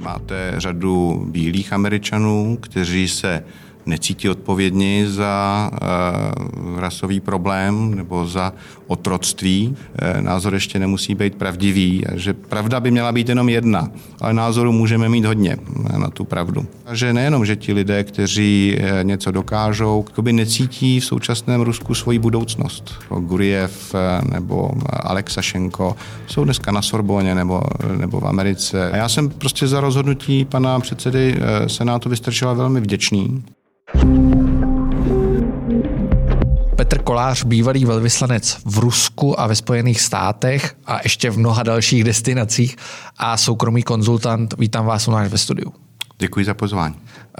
Máte řadu bílých Američanů, kteří se necítí odpovědní za rasový problém nebo za otroctví. Názor ještě nemusí být pravdivý, že pravda by měla být jenom jedna, ale názoru můžeme mít hodně na tu pravdu. Takže nejenom, že ti lidé, kteří něco dokážou, by necítí v současném Rusku svoji budoucnost. Guriev nebo Alexašenko jsou dneska na Sorboně nebo v Americe. A já jsem prostě za rozhodnutí pana předsedy Senátu Vystrčila velmi vděčný. Petr Kolář, bývalý velvyslanec v Rusku a ve Spojených státech a ještě v mnoha dalších destinacích a soukromý konzultant. Vítám vás u nás ve studiu. Děkuji za pozvání.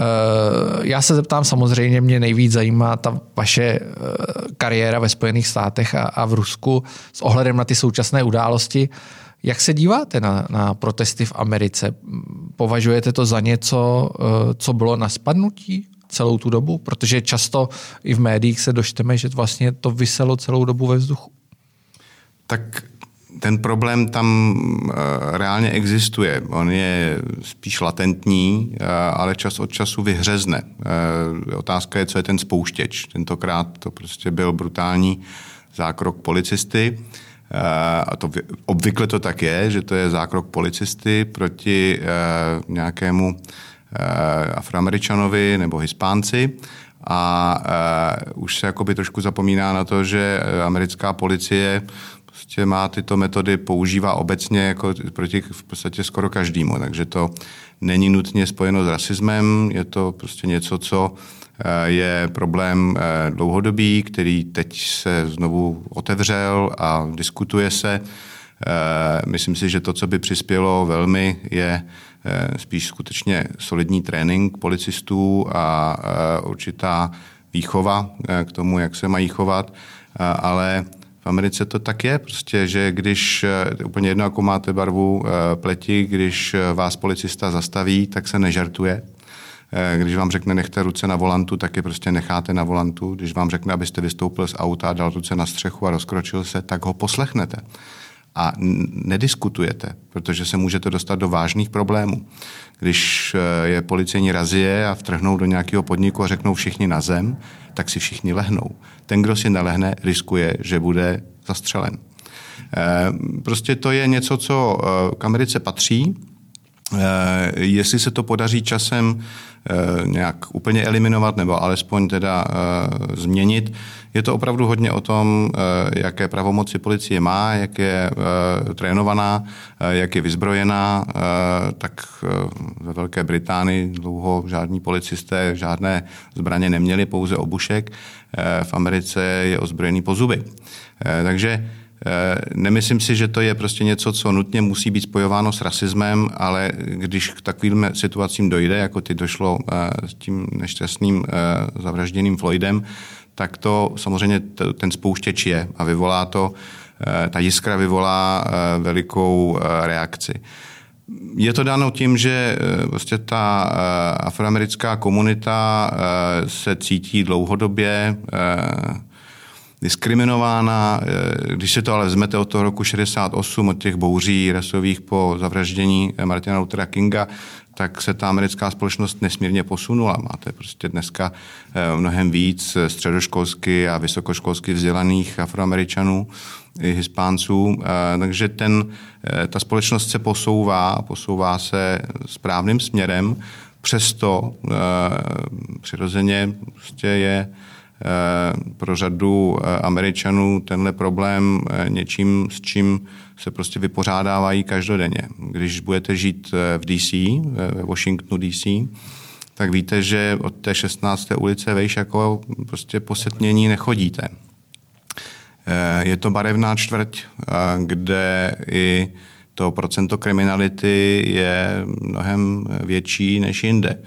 Já se zeptám, samozřejmě mě nejvíc zajímá ta vaše kariéra ve Spojených státech a v Rusku s ohledem na ty současné události. Jak se díváte na protesty v Americe? Považujete to za něco, co bylo na spadnutí celou tu dobu? Protože často i v médiích se dočteme, že vlastně to viselo celou dobu ve vzduchu. Tak ten problém tam reálně existuje. On je spíš latentní, ale čas od času vyhřezne. Otázka je, co je ten spouštěč. Tentokrát to prostě byl brutální zákrok policisty. A to obvykle to tak je, že to je zákrok policisty proti nějakému Afroameričanovi nebo Hispánci a už se jakoby trošku zapomíná na to, že americká policie prostě má tyto metody, používá obecně jako proti v podstatě skoro každému, takže to není nutně spojeno s rasismem, je to prostě něco, co je problém dlouhodobý, který teď se znovu otevřel a diskutuje se. Myslím si, že to, co by přispělo velmi, je spíš skutečně solidní trénink policistů a určitá výchova k tomu, jak se mají chovat, ale v Americe to tak je prostě, že když úplně jedno, jakou máte barvu pleti, když vás policista zastaví, tak se nežartuje. Když vám řekne nechte ruce na volantu, tak je prostě necháte na volantu. Když vám řekne, abyste vystoupil z auta, dal ruce na střechu a rozkročil se, tak ho poslechnete. A nediskutujete, protože se můžete dostat do vážných problémů. Když je policejní razie a vtrhnou do nějakého podniku a řeknou všichni na zem, tak si všichni lehnou. Ten, kdo si nelehne, riskuje, že bude zastřelen. Prostě to je něco, co k Americe patří. Jestli se to podaří časem nějak úplně eliminovat nebo alespoň teda změnit, je to opravdu hodně o tom, jaké pravomoci policie má, jak je trénovaná, jak je vyzbrojená. Tak ve Velké Británii dlouho žádní policisté žádné zbraně neměli, pouze obušek. V Americe je ozbrojený po zuby. Takže nemyslím si, že to je prostě něco, co nutně musí být spojováno s rasismem, ale když k takovým situacím dojde, jako ty došlo s tím nešťastným zavražděným Floydem, tak to samozřejmě ten spouštěč je a vyvolá to, ta jiskra vyvolá velikou reakci. Je to dáno tím, že vlastně ta afroamerická komunita se cítí dlouhodobě diskriminována. Když se to ale vezmete od toho roku 68, od těch bouří rasových po zavraždění Martina Luthera Kinga, tak se ta americká společnost nesmírně posunula. Máte prostě dneska mnohem víc středoškolsky a vysokoškolsky vzdělaných Afroameričanů i Hispánců. Takže ta společnost se posouvá se správným směrem. Přesto přirozeně prostě je pro řadu Američanů tenhle problém něčím, s čím se prostě vypořádávají každodenně. Když budete žít v DC, ve Washingtonu DC, tak víte, že od té 16. ulice vejš jako prostě po Setmění nechodíte. Je to barevná čtvrť, kde i to procento kriminality je mnohem větší než jinde.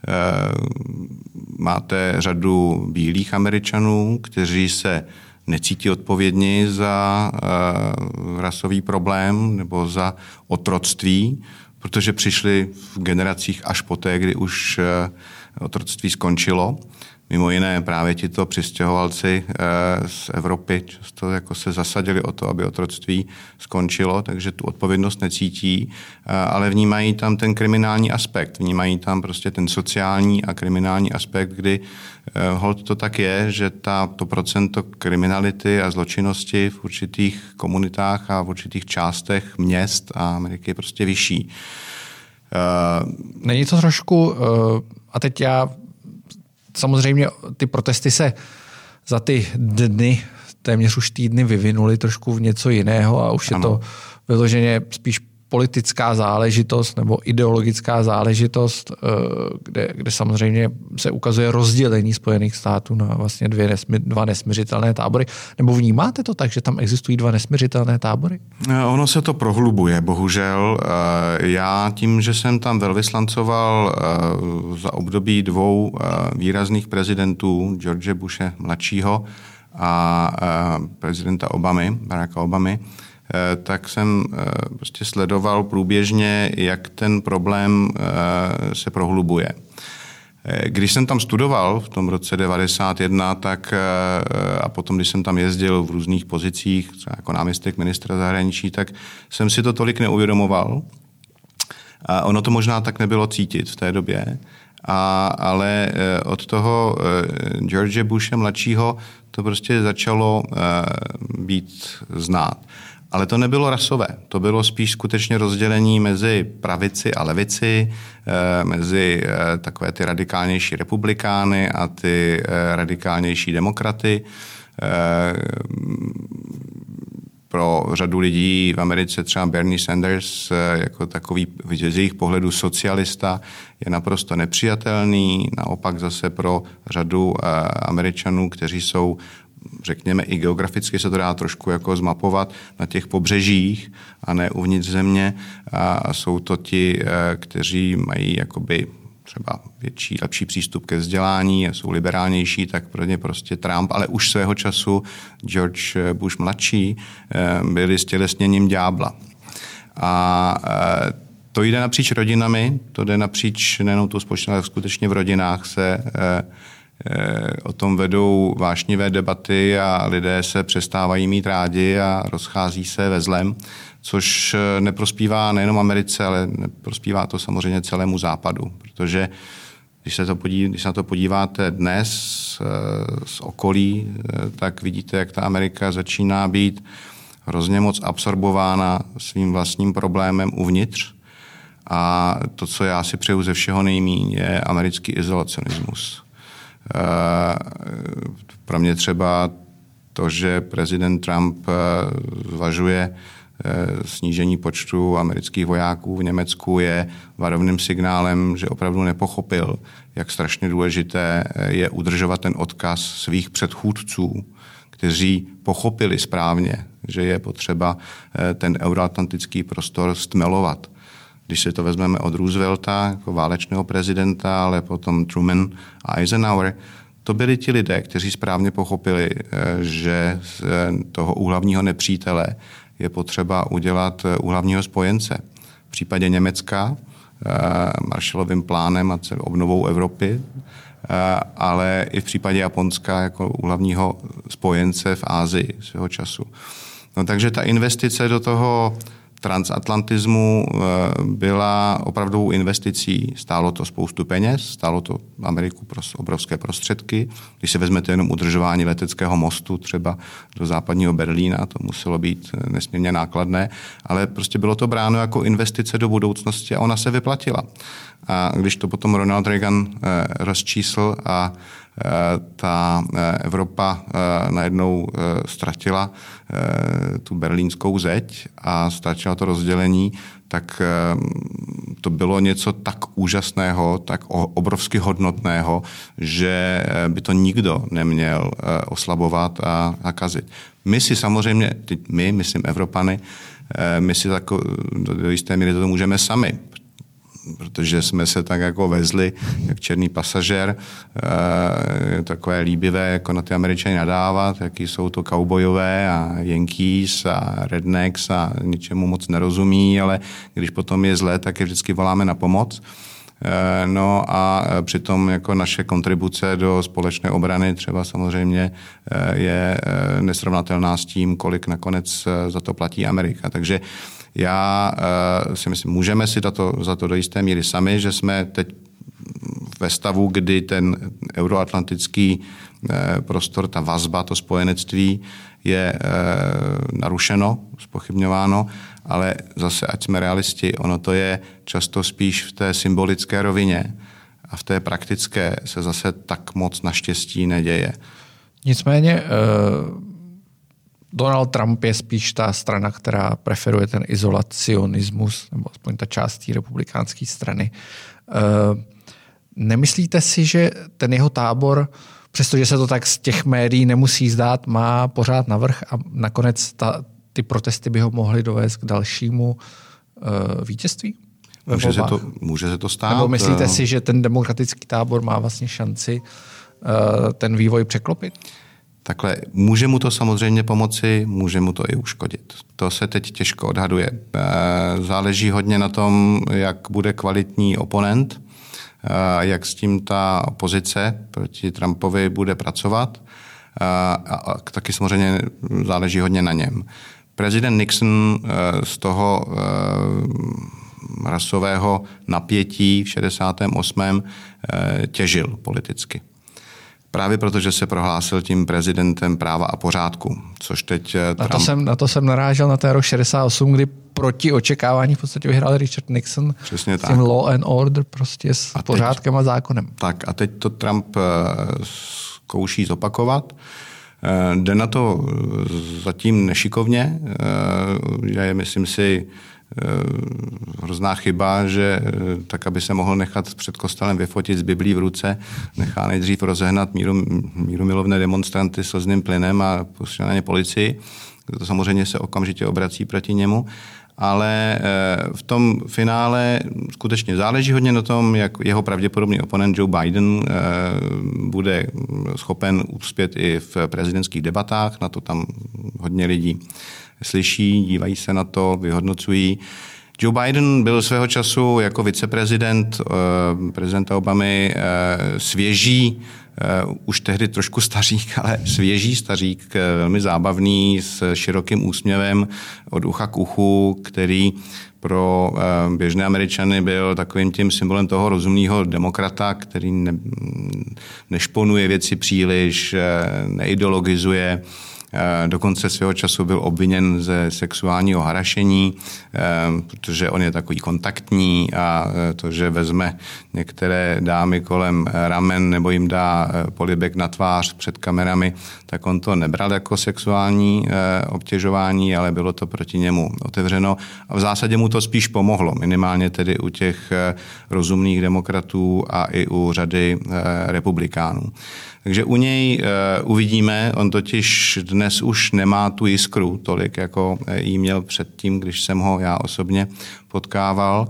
Máte řadu bílých Američanů, kteří se necítí odpovědní za rasový problém nebo za otroctví, protože přišli v generacích až poté, kdy už otroctví skončilo. mimo jiné právě tito přistěhovalci z Evropy často jako se zasadili o to, aby otroctví skončilo, takže tu odpovědnost necítí, ale vnímají tam ten kriminální aspekt, vnímají tam prostě ten sociální a kriminální aspekt, kdy holt to tak je, že to procento kriminality a zločinnosti v určitých komunitách a v určitých částech měst a Ameriky je prostě vyšší. Není to trošku, a teď já samozřejmě ty protesty se za ty dny, téměř už týdny vyvinuly trošku v něco jiného a už je to vyloženě spíš politická záležitost nebo ideologická záležitost, kde samozřejmě se ukazuje rozdělení Spojených států na vlastně dva nesmiřitelné tábory. Nebo vnímáte to tak, že tam existují dva nesmiřitelné tábory? Ono se to prohlubuje, bohužel. Já tím, že jsem tam velvyslancoval za období dvou výrazných prezidentů, George Bushe mladšího a prezidenta Baracka Obamy, tak jsem prostě sledoval průběžně, jak ten problém se prohlubuje. Když jsem tam studoval v tom roce 1991, tak a potom, když jsem tam jezdil v různých pozicích, třeba jako náměstek ministra zahraničí, tak jsem si to tolik neuvědomoval. A ono to možná tak nebylo cítit v té době, ale od toho George Bushe mladšího to prostě začalo být znát. Ale to nebylo rasové, to bylo spíš skutečně rozdělení mezi pravici a levici, mezi takové ty radikálnější republikány a ty radikálnější demokraty. Pro řadu lidí v Americe třeba Bernie Sanders jako takový z jejich pohledu socialista je naprosto nepřijatelný, naopak zase pro řadu Američanů, kteří jsou, řekněme, i geograficky se to dá trošku jako zmapovat na těch pobřežích a ne uvnitř země. A jsou to ti, kteří mají jakoby třeba lepší přístup ke vzdělání a jsou liberálnější, tak pro ně prostě Trump, ale už svého času George Bush mladší byli stělesněním ďábla. A to jde napříč rodinami, to jde napříč nejenom tou společnost, ale skutečně v rodinách se o tom vedou vášnivé debaty a lidé se přestávají mít rádi a rozchází se ve zlém, což neprospívá nejenom Americe, ale neprospívá to samozřejmě celému západu, protože když se na to podíváte dnes z okolí, tak vidíte, jak ta Amerika začíná být hrozně moc absorbována svým vlastním problémem uvnitř. A to, co já si přeju ze všeho nejmíň, je americký izolacionismus. Pro mě třeba to, že prezident Trump zvažuje snížení počtu amerických vojáků v Německu, je varovným signálem, že opravdu nepochopil, jak strašně důležité je udržovat ten odkaz svých předchůdců, kteří pochopili správně, že je potřeba ten euroatlantický prostor stmelovat. Když si to vezmeme od Roosevelta jako válečného prezidenta, ale potom Truman a Eisenhower, to byli ti lidé, kteří správně pochopili, že z toho úhlavního nepřítele je potřeba udělat úhlavního spojence. V případě Německa Marshallovým plánem a celou obnovou Evropy, ale i v případě Japonska jako úhlavního spojence v Asii svého času. No, takže ta investice do toho transatlantismu byla opravdovou investicí. Stálo to spoustu peněz, stálo to Ameriku obrovské prostředky. Když si vezmete jenom udržování leteckého mostu třeba do západního Berlína, to muselo být nesmírně nákladné, ale prostě bylo to bráno jako investice do budoucnosti a ona se vyplatila. A když to potom Ronald Reagan rozčísl a ta Evropa najednou ztratila tu berlínskou zeď a ztratila to rozdělení, tak to bylo něco tak úžasného, tak obrovsky hodnotného, že by to nikdo neměl oslabovat a kazit. My si samozřejmě, myslím Evropany, my si do jisté míry to můžeme sami, protože jsme se tak jako vezli, jak černý pasažér, takové líbivé, jako na ty Američany nadávat, jaký jsou to kaubojové a Yankees a rednecks a ničemu moc nerozumí, ale když potom je zlé, tak je vždycky voláme na pomoc. No a přitom jako naše kontribuce do společné obrany třeba samozřejmě je nesrovnatelná s tím, kolik nakonec za to platí Amerika. Takže já si myslím, můžeme si za to do jisté míry sami, že jsme teď ve stavu, kdy ten euroatlantický prostor, ta vazba, to spojenectví je narušeno, zpochybňováno, ale zase, ať jsme realisti, ono to je často spíš v té symbolické rovině a v té praktické se zase tak moc naštěstí neděje. Nicméně Donald Trump je spíš ta strana, která preferuje ten izolacionismus, nebo aspoň ta část té republikánské strany. Nemyslíte si, že ten jeho tábor, přestože se to tak z těch médií nemusí zdát, má pořád navrch a nakonec ty protesty by ho mohly dovést k dalšímu vítězství? Může se to stát. Nebo myslíte si, že ten demokratický tábor má vlastně šanci ten vývoj překlopit? Takhle, může mu to samozřejmě pomoci, může mu to i uškodit. To se teď těžko odhaduje. Záleží hodně na tom, jak bude kvalitní oponent, jak s tím ta opozice proti Trumpovi bude pracovat a taky samozřejmě záleží hodně na něm. Prezident Nixon z toho rasového napětí v 68. těžil politicky. Právě protože se prohlásil tím prezidentem práva a pořádku, což teď Trump... Na to jsem narážel na té rok 68, kdy proti očekávání v podstatě vyhrál Richard Nixon. Přesně s tím law and order, prostě s pořádkem a zákonem. Tak a teď to Trump zkouší zopakovat. Jde na to zatím nešikovně. Je, myslím si, hrozná chyba, že tak, aby se mohl nechat před kostelem vyfotit s Biblí v ruce, nechá nejdřív rozehnat mírumilovné demonstranty slzným plynem a pustí na ně policii. To samozřejmě se okamžitě obrací proti němu. Ale v tom finále skutečně záleží hodně na tom, jak jeho pravděpodobný oponent Joe Biden bude schopen uspět i v prezidentských debatách. Na to tam hodně lidí slyší, dívají se na to, vyhodnocují. Joe Biden byl svého času jako viceprezident prezidenta Obamy svěží, už tehdy trošku stařík, ale svěží stařík, velmi zábavný, s širokým úsměvem od ucha k uchu, který pro běžné Američany byl takovým tím symbolem toho rozumného demokrata, který nešponuje věci příliš, neideologizuje. Dokonce svého času byl obviněn ze sexuálního harašení, protože on je takový kontaktní a to, že vezme některé dámy kolem ramen nebo jim dá polibek na tvář před kamerami, tak on to nebral jako sexuální obtěžování, ale bylo to proti němu otevřeno a v zásadě mu to spíš pomohlo, minimálně tedy u těch rozumných demokratů a i u řady republikánů. Takže u něj uvidíme, on totiž dnes už nemá tu jiskru tolik, jako jí měl předtím, když jsem ho já osobně potkával.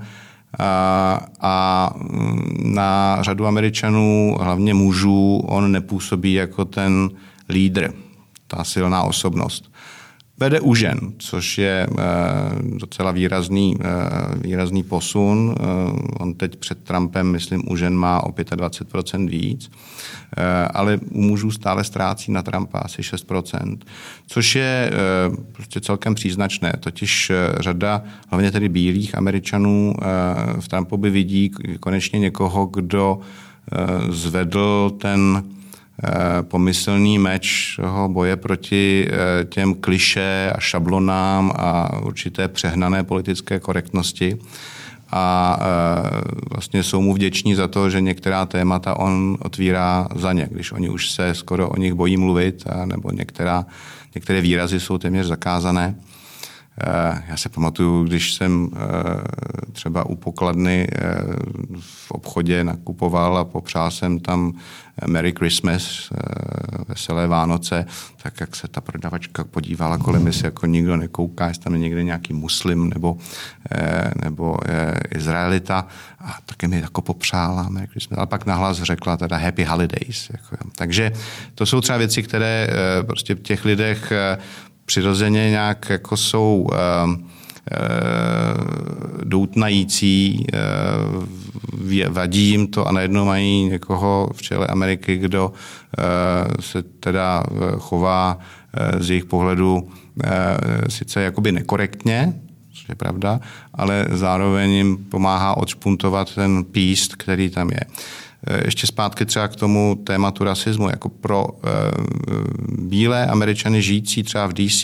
A na řadu Američanů, hlavně mužů, on nepůsobí jako ten lídr, ta silná osobnost. Vede u žen, což je docela výrazný posun. On teď před Trumpem, myslím, u žen má o 25% víc, ale u mužů stále ztrácí na Trumpa asi 6%, což je prostě celkem příznačné. Totiž řada, hlavně tedy bílých Američanů, v Trumpovi vidí konečně někoho, kdo zvedl ten pomyslný meč toho boje proti těm klišé a šablonám a určité přehnané politické korektnosti. A vlastně jsou mu vděční za to, že některá témata on otvírá za ně, když oni už se skoro o nich bojí mluvit, nebo některé výrazy jsou téměř zakázané. Já se pamatuju, když jsem třeba u pokladny v obchodě nakupoval a popřál jsem tam Merry Christmas, veselé Vánoce, tak jak se ta prodavačka podívala kolem, jestli jako nikdo nekouká, jestli tam je někde nějaký muslim nebo Izraelita a taky mi jako popřála Merry Christmas, ale pak nahlas řekla teda Happy Holidays. Takže to jsou třeba věci, které prostě v těch lidech přirozeně nějak jako jsou doutnající, vadí jim to a najednou mají někoho v čele Ameriky, kdo se teda chová z jejich pohledu sice jakoby nekorektně, což je pravda, ale zároveň jim pomáhá odšpuntovat ten píst, který tam je. Ještě zpátky třeba k tomu tématu rasismu. Jako pro bílé Američany žijící třeba v DC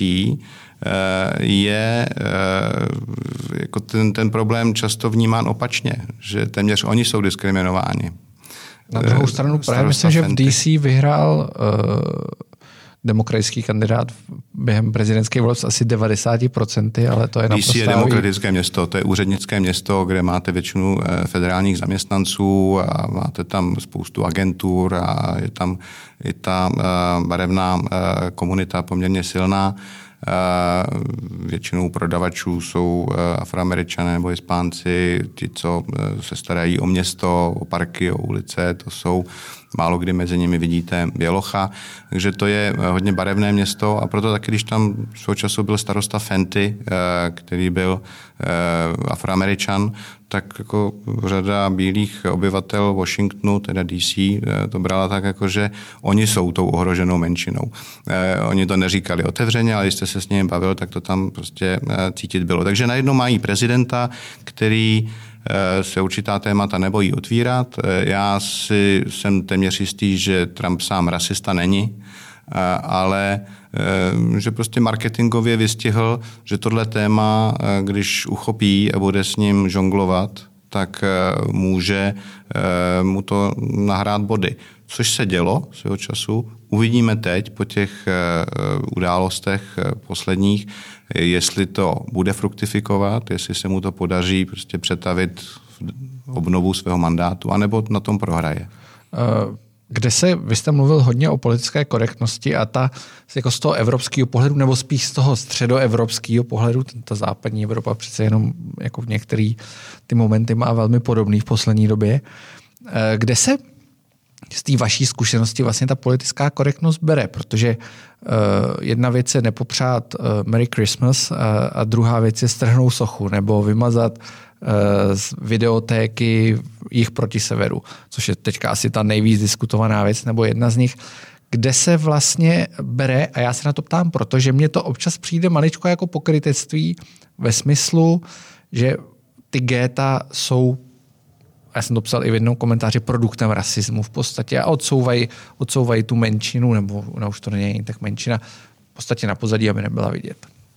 je jako ten problém často vnímán opačně, že téměř oni jsou diskriminováni. Na druhou stranu právě myslím, že v DC vyhrál demokratický kandidát během prezidentských voleb asi 90%, ale to je naprosto... DC je demokratické město, to je úřednické město, kde máte většinu federálních zaměstnanců a máte tam spoustu agentur a je tam i ta barevná komunita poměrně silná. Většinou prodavačů jsou Afroameričané nebo Hispánci, ti, co se starají o město, o parky, o ulice, to jsou málo kdy mezi nimi vidíte bělocha, takže to je hodně barevné město a proto taky, když tam svého času byl starosta Fenty, který byl Afroameričan, tak jako řada bílých obyvatel Washingtonu, teda DC, to brala tak, jako, že oni jsou tou ohroženou menšinou. Oni to neříkali otevřeně, ale když jste se s nimi bavil, tak to tam prostě cítit bylo. Takže najednou mají prezidenta, který se určitá témata nebojí otvírat. Já jsem téměř jistý, že Trump sám rasista není, ale že prostě marketingově vystihl, že tohle téma, když uchopí a bude s ním žonglovat, tak může mu to nahrát body. Což se dělo svého času. Uvidíme teď po těch událostech posledních, jestli to bude fruktifikovat, jestli se mu to podaří prostě přetavit v obnovu svého mandátu, anebo na tom prohraje. Vy jste mluvil hodně o politické korektnosti a ta jako z toho evropského pohledu, nebo spíš z toho středoevropského pohledu, ta západní Evropa přece jenom jako v některý ty momenty má velmi podobný v poslední době. Kde se z té vaší zkušenosti vlastně ta politická korektnost bere? Protože jedna věc je nepopřát Merry Christmas a druhá věc je strhnout sochu nebo vymazat z videotéky Jih proti severu, což je teďka asi ta nejvíc diskutovaná věc, nebo jedna z nich, kde se vlastně bere, a já se na to ptám, protože mně to občas přijde maličko jako pokrytectví ve smyslu, že ty géta jsou, já jsem to psal i v jednom komentáři, produktem rasismu v podstatě a odsouvají tu menšinu, nebo už to není tak menšina, v podstatě na pozadí, aby nebyla vidět.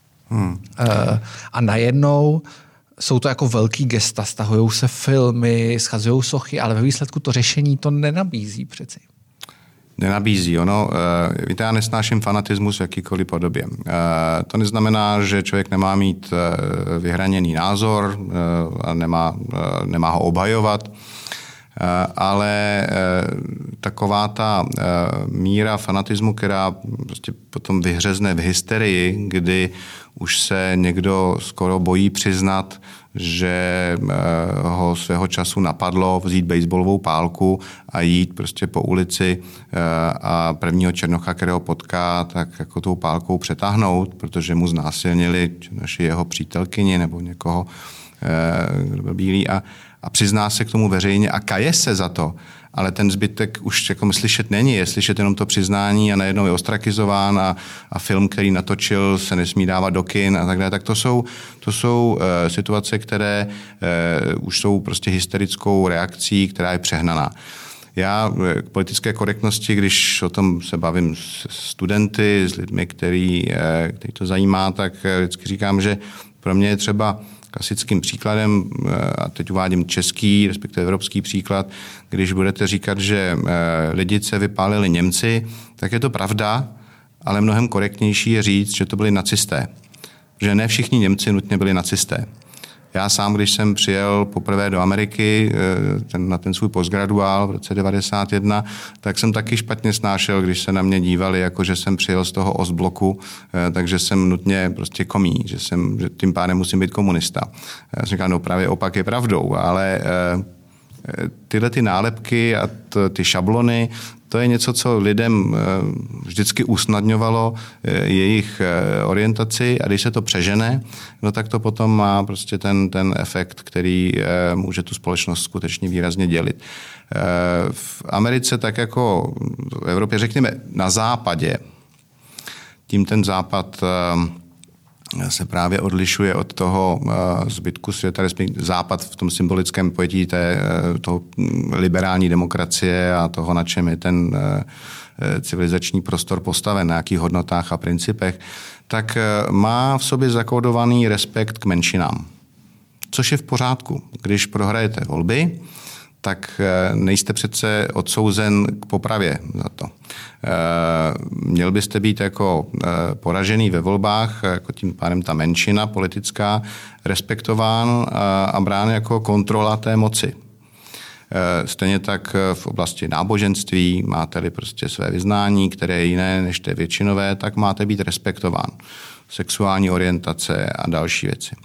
A najednou jsou to jako velký gesta, stahujou se filmy, schazují sochy, ale ve výsledku to řešení to nenabízí přeci. Nenabízí. Víte, já nesnáším fanatismus v jakýkoliv podobě. To neznamená, že člověk nemá mít vyhraněný názor a nemá ho obhajovat, ale taková ta míra fanatismu, která prostě potom vyhřezne v hysterii, kdy už se někdo skoro bojí přiznat, že ho svého času napadlo vzít baseballovou pálku a jít prostě po ulici a prvního černocha, kterého potká, tak jako tou pálkou přetáhnout, protože mu znásilnili naši jeho přítelkyni nebo někoho, kdo byl bílý a přizná se k tomu veřejně a kaje se za to, ale ten zbytek už jako slyšet není, je slyšet jenom to přiznání a najednou je ostrakizován a film, který natočil, se nesmí dávat do kin a tak dále. Tak to jsou situace, které už jsou prostě hysterickou reakcí, která je přehnaná. Já k politické korektnosti, když o tom se bavím s studenty, s lidmi, který to zajímá, tak vždycky říkám, že pro mě je třeba klasickým příkladem, a teď uvádím český, respektive evropský příklad, když budete říkat, že lidice vypálili Němci, tak je to pravda, ale mnohem korektnější je říct, že to byli nacisté. Že ne všichni Němci nutně byli nacisté. Já sám, když jsem přijel poprvé do Ameriky na ten svůj postgraduál v roce 1991, tak jsem taky špatně snášel, když se na mě dívali, jako že jsem přijel z toho Ostbloku, takže jsem nutně prostě komí, že tím pádem musím být komunista. Já jsem říkal, no právě opak je pravdou, ale tyhle ty nálepky a ty šablony, to je něco, co lidem vždycky usnadňovalo jejich orientaci a když se to přežene, no tak to potom má prostě ten efekt, který může tu společnost skutečně výrazně dělit. V Americe, tak jako v Evropě, řekněme na západě, tím ten západ se právě odlišuje od toho zbytku světa, respektive západ v tom symbolickém pojetí toho liberální demokracie a toho, na čem je ten civilizační prostor postaven, na jakých hodnotách a principech, tak má v sobě zakódovaný respekt k menšinám. Což je v pořádku. Když prohrajete volby, tak nejste přece odsouzen k popravě za to. Měl byste být jako poražený ve volbách, jako tím pádem ta menšina politická, respektován a brán jako kontrola té moci. Stejně tak v oblasti náboženství, máte-li prostě své vyznání, které je jiné než té většinové, tak máte být respektován. Sexuální orientace a další věci.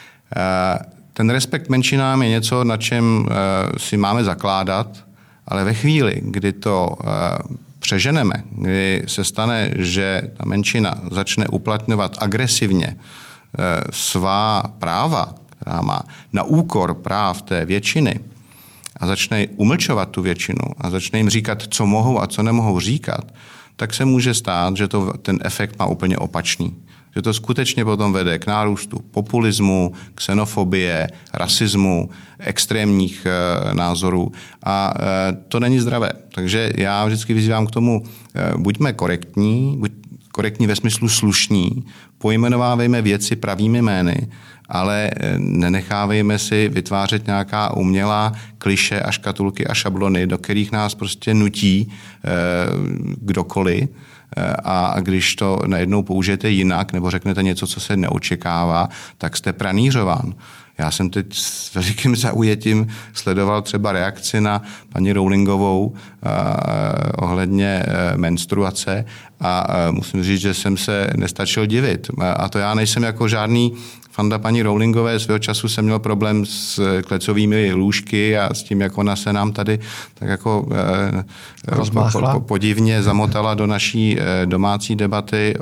Ten respekt menšinám je něco, na čem si máme zakládat, ale ve chvíli, kdy to přeženeme, kdy se stane, že ta menšina začne uplatňovat agresivně svá práva, která má na úkor práv té většiny, a začne umlčovat tu většinu a začne jim říkat, co mohou a co nemohou říkat, tak se může stát, že ten efekt má úplně opačný. Že to skutečně potom vede k nárůstu populismu, xenofobie, rasismu, extrémních názorů a to není zdravé. Takže já vždycky vyzývám k tomu, buďme korektní ve smyslu slušní, pojmenovávejme věci pravými jmény, ale nenechávejme si vytvářet nějaká umělá kliše a škatulky a šablony, do kterých nás prostě nutí kdokoliv. A když to najednou použijete jinak nebo řeknete něco, co se neočekává, tak jste pranýřován. Já jsem teď s velikým zaujetím sledoval třeba reakci na paní Rowlingovou ohledně menstruace a musím říct, že jsem se nestačil divit. A to já nejsem jako žádný fanda paní Rowlingové, svého času jsem měl problém s klecovými lůžky a s tím, jak ona se nám tady tak jako podivně zamotala do naší domácí debaty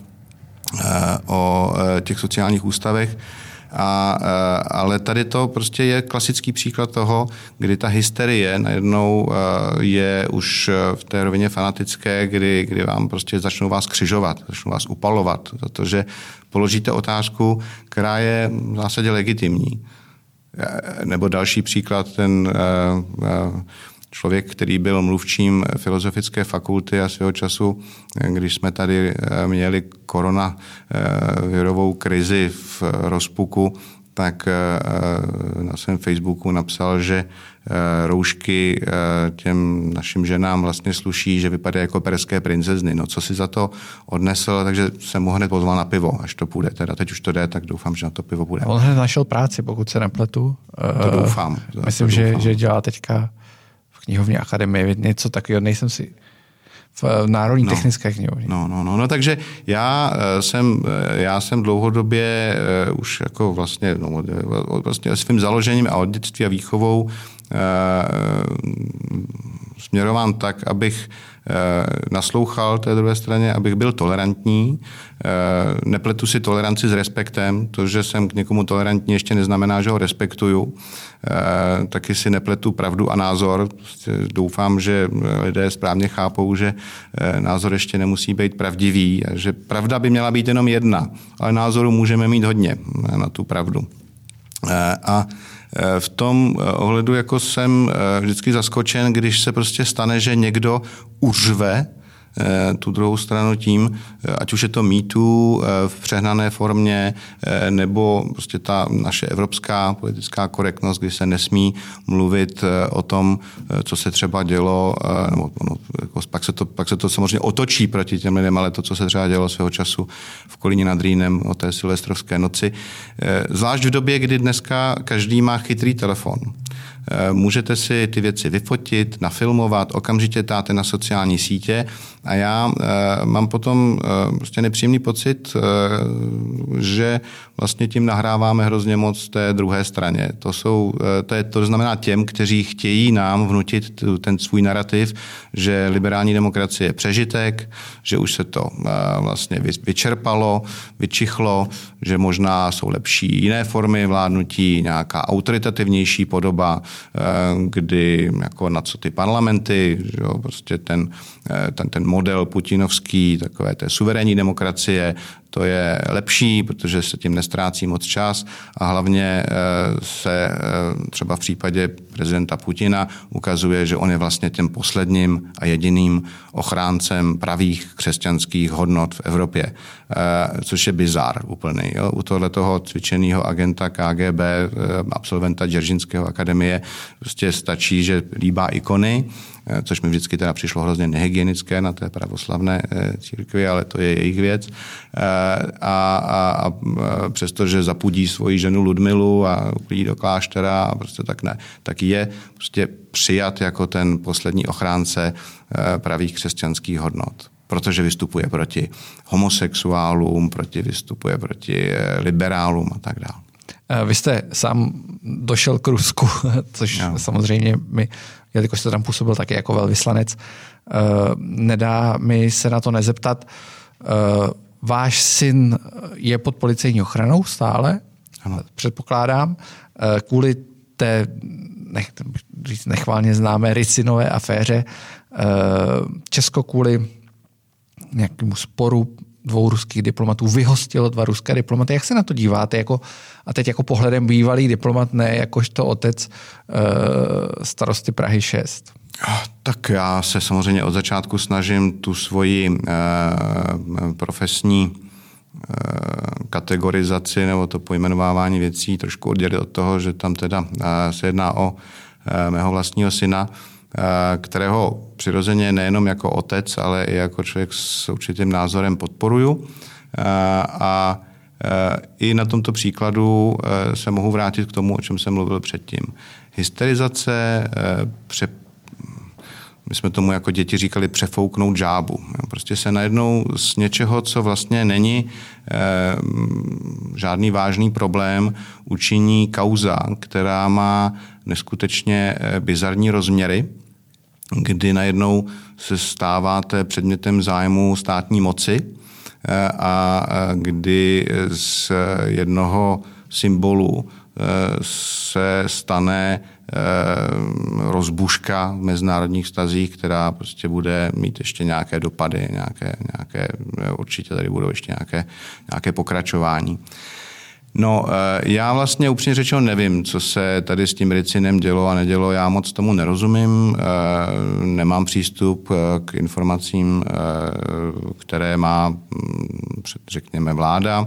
o těch sociálních ústavech. Ale tady to prostě je klasický příklad toho, kdy ta hysterie najednou je už v té rovině fanatické, kdy vám prostě začnou vás křižovat, začnou vás upalovat, protože položíte otázku, která je v zásadě legitimní. Nebo další příklad, ten člověk, který byl mluvčím Filozofické fakulty a svého času, když jsme tady měli koronavirovou krizi v rozpuku, tak na svém Facebooku napsal, že roušky těm našim ženám vlastně sluší, že vypadají jako perské princezny. No co si za to odnesl, takže jsem mu hned pozval na pivo, až to půjde. Teda teď už to jde, tak doufám, že na to pivo bude. On hned našel práci, pokud se nepletu. To doufám. Myslím, že dělá teďka v knihovně akademie, něco takového, nejsem si v Národní technické knihovně. No, takže já jsem dlouhodobě už jako vlastně svým založením a od dětství a výchovou směrován tak, abych naslouchal té druhé straně, abych byl tolerantní. Nepletu si toleranci s respektem. To, že jsem k někomu tolerantní, ještě neznamená, že ho respektuju. Taky si nepletu pravdu a názor. Doufám, že lidé správně chápou, že názor ještě nemusí být pravdivý. Že pravda by měla být jenom jedna, ale názoru můžeme mít hodně na tu pravdu. A v tom ohledu jako jsem vždycky zaskočen, když se prostě stane, že někdo uřve tu druhou stranu tím, ať už je to mýtu v přehnané formě, nebo prostě ta naše evropská politická korektnost, kdy se nesmí mluvit o tom, co se třeba dělo, nebo pak se to samozřejmě otočí proti těm lidem, ale to, co se třeba dělo svého času v Kolíně nad Rýnem o té silvestrovské noci. Zvlášť v době, kdy dneska každý má chytrý telefon. můžete si ty věci vyfotit, nafilmovat, okamžitě dáte na sociální sítě a já mám potom prostě nepříjemný pocit, že vlastně tím nahráváme hrozně moc té druhé straně. To znamená těm, kteří chtějí nám vnutit ten svůj narrativ, že liberální demokracie je přežitek, že už se to vlastně vyčerpalo, vyčichlo, že možná jsou lepší jiné formy vládnutí, nějaká autoritativnější podoba, kdy jako na co ty parlamenty, že jo, prostě ten model putinovský, takové té suverénní demokracie, to je lepší, protože se tím nestrácí moc čas a hlavně se třeba v případě prezidenta Putina ukazuje, že on je vlastně tím posledním a jediným ochráncem pravých křesťanských hodnot v Evropě, což je bizár úplný. Jo? U tohletoho cvičeného agenta KGB, absolventa Dzeržinského akademie, prostě stačí, že líbá ikony, což mi vždycky teda přišlo hrozně nehygienické na té pravoslavné církvi, ale to je jejich věc. A přestože zapudí svoji ženu Ludmilu a uklidí do kláštera a prostě tak ne, tak je prostě přijat jako ten poslední ochránce pravých křesťanských hodnot, protože vystupuje proti homosexuálům, vystupuje proti liberálům a tak dále. Vy jste sám došel k Rusku, což samozřejmě mi, jelikož jste tam působil taky jako velvyslanec, nedá mi se na to nezeptat. Váš syn je pod policejní ochranou stále, ano. Předpokládám, kvůli té nechválně známé Ricinově aféře. Česko kvůli nějakému sporu 2 ruských diplomatů vyhostilo 2 ruské diplomaty. Jak se na to díváte? A teď jako pohledem bývalý diplomat, ne jakožto otec starosty Prahy 6. Tak já se samozřejmě od začátku snažím tu svoji profesní kategorizaci nebo to pojmenovávání věcí trošku oddělit od toho, že tam teda se jedná o mého vlastního syna, kterého přirozeně nejenom jako otec, ale i jako člověk s určitým názorem podporuju. A i na tomto příkladu se mohu vrátit k tomu, o čem jsem mluvil předtím. Hysterizace, my jsme tomu jako děti říkali přefouknout žábu. Prostě se najednou z něčeho, co vlastně není žádný vážný problém, učiní kauza, která má neskutečně bizarní rozměry, kdy najednou se stáváte předmětem zájmu státní moci a kdy z jednoho symbolu se stane rozbuška v mezinárodních vztazích, která prostě bude mít ještě nějaké dopady, nějaké určitě tady budou ještě nějaké pokračování. No, já vlastně upřímně řečeno nevím, co se tady s tím Ricinem dělo a nedělo. Já moc tomu nerozumím, nemám přístup k informacím, které má, řekněme, vláda.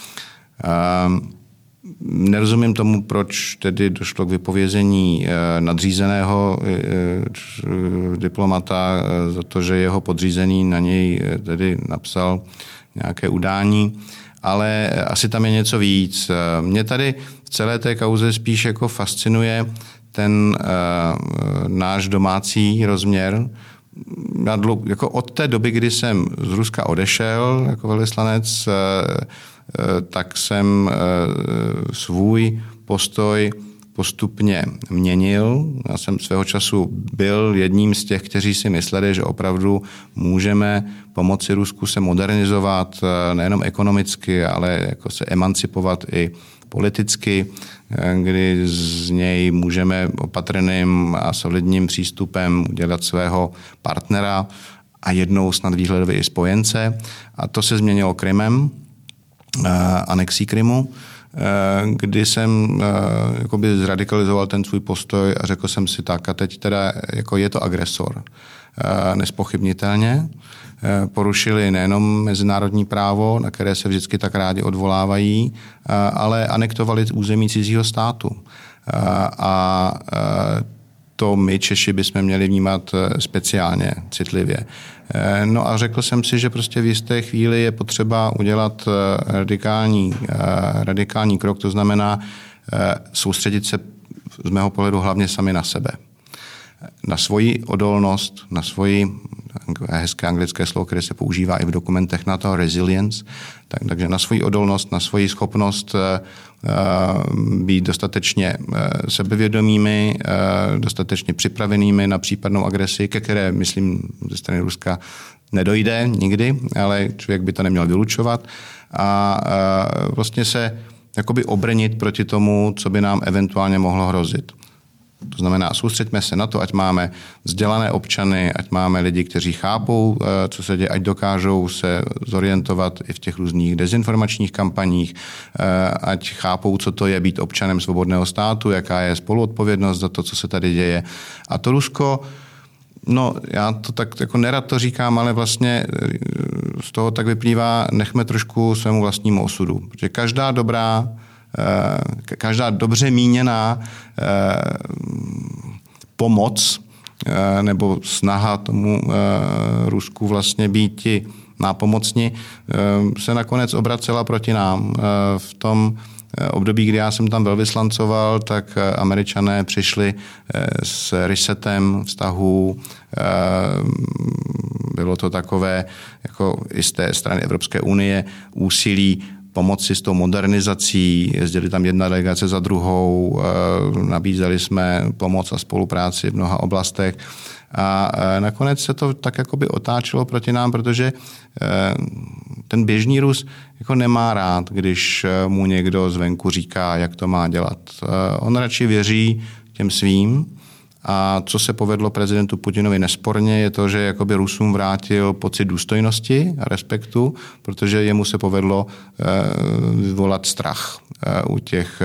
Nerozumím tomu, proč tedy došlo k vypovězení nadřízeného diplomata za to, že jeho podřízený na něj tedy napsal nějaké udání, ale asi tam je něco víc. Mě tady v celé té kauze spíš jako fascinuje ten náš domácí rozměr. Jako od té doby, kdy jsem z Ruska odešel jako velvyslanec, tak jsem svůj postoj postupně měnil. Já jsem svého času byl jedním z těch, kteří si mysleli, že opravdu můžeme pomoci Rusku se modernizovat nejenom ekonomicky, ale jako se emancipovat i politicky, kdy z něj můžeme opatrným a solidním přístupem udělat svého partnera a jednou snad výhledově i spojence. A to se změnilo Krymem, anexí Krymu, kdy jsem jakoby zradikalizoval ten svůj postoj a řekl jsem si tak, a teď teda jako je to agresor. Nespochybnitelně. Porušili nejenom mezinárodní právo, na které se vždycky tak rádi odvolávají, ale anektovali území cizího státu. A to my Češi bychom měli vnímat speciálně citlivě. No a řekl jsem si, že prostě v jisté chvíli je potřeba udělat radikální krok, to znamená soustředit se z mého pohledu hlavně sami na sebe. Na svoji odolnost, na svoji hezké anglické slovo, které se používá i v dokumentech na to, resilience, takže na svoji odolnost, na svoji schopnost být dostatečně sebevědomými, dostatečně připravenými na případnou agresi, ke které, myslím, ze strany Ruska nedojde nikdy, ale člověk by to neměl vylučovat a vlastně se jakoby obrnit proti tomu, co by nám eventuálně mohlo hrozit. To znamená, soustřeďme se na to, ať máme vzdělané občany, ať máme lidi, kteří chápou, co se děje, ať dokážou se zorientovat i v těch různých dezinformačních kampaních, ať chápou, co to je být občanem svobodného státu, jaká je spoluodpovědnost za to, co se tady děje. A to Rusko, no já to tak jako nerad to říkám, ale vlastně z toho tak vyplývá, nechme trošku svému vlastnímu osudu. Protože každá dobře míněná pomoc nebo snaha tomu Rusku vlastně být nápomocni se nakonec obracela proti nám. V tom období, kdy já jsem tam velvyslancoval, tak Američané přišli s resetem vztahů. Bylo to takové, jako i z té strany Evropské unie, úsilí pomoci s tou modernizací, jezdili tam jedna delegace za druhou, nabízeli jsme pomoc a spolupráci v mnoha oblastech a nakonec se to tak jakoby otáčelo proti nám, protože ten běžný Rus jako nemá rád, když mu někdo zvenku říká, jak to má dělat. On radši věří těm svým. A co se povedlo prezidentu Putinovi nesporně, je to, že jakoby Rusům vrátil pocit důstojnosti a respektu, protože jemu se povedlo vyvolat strach u těch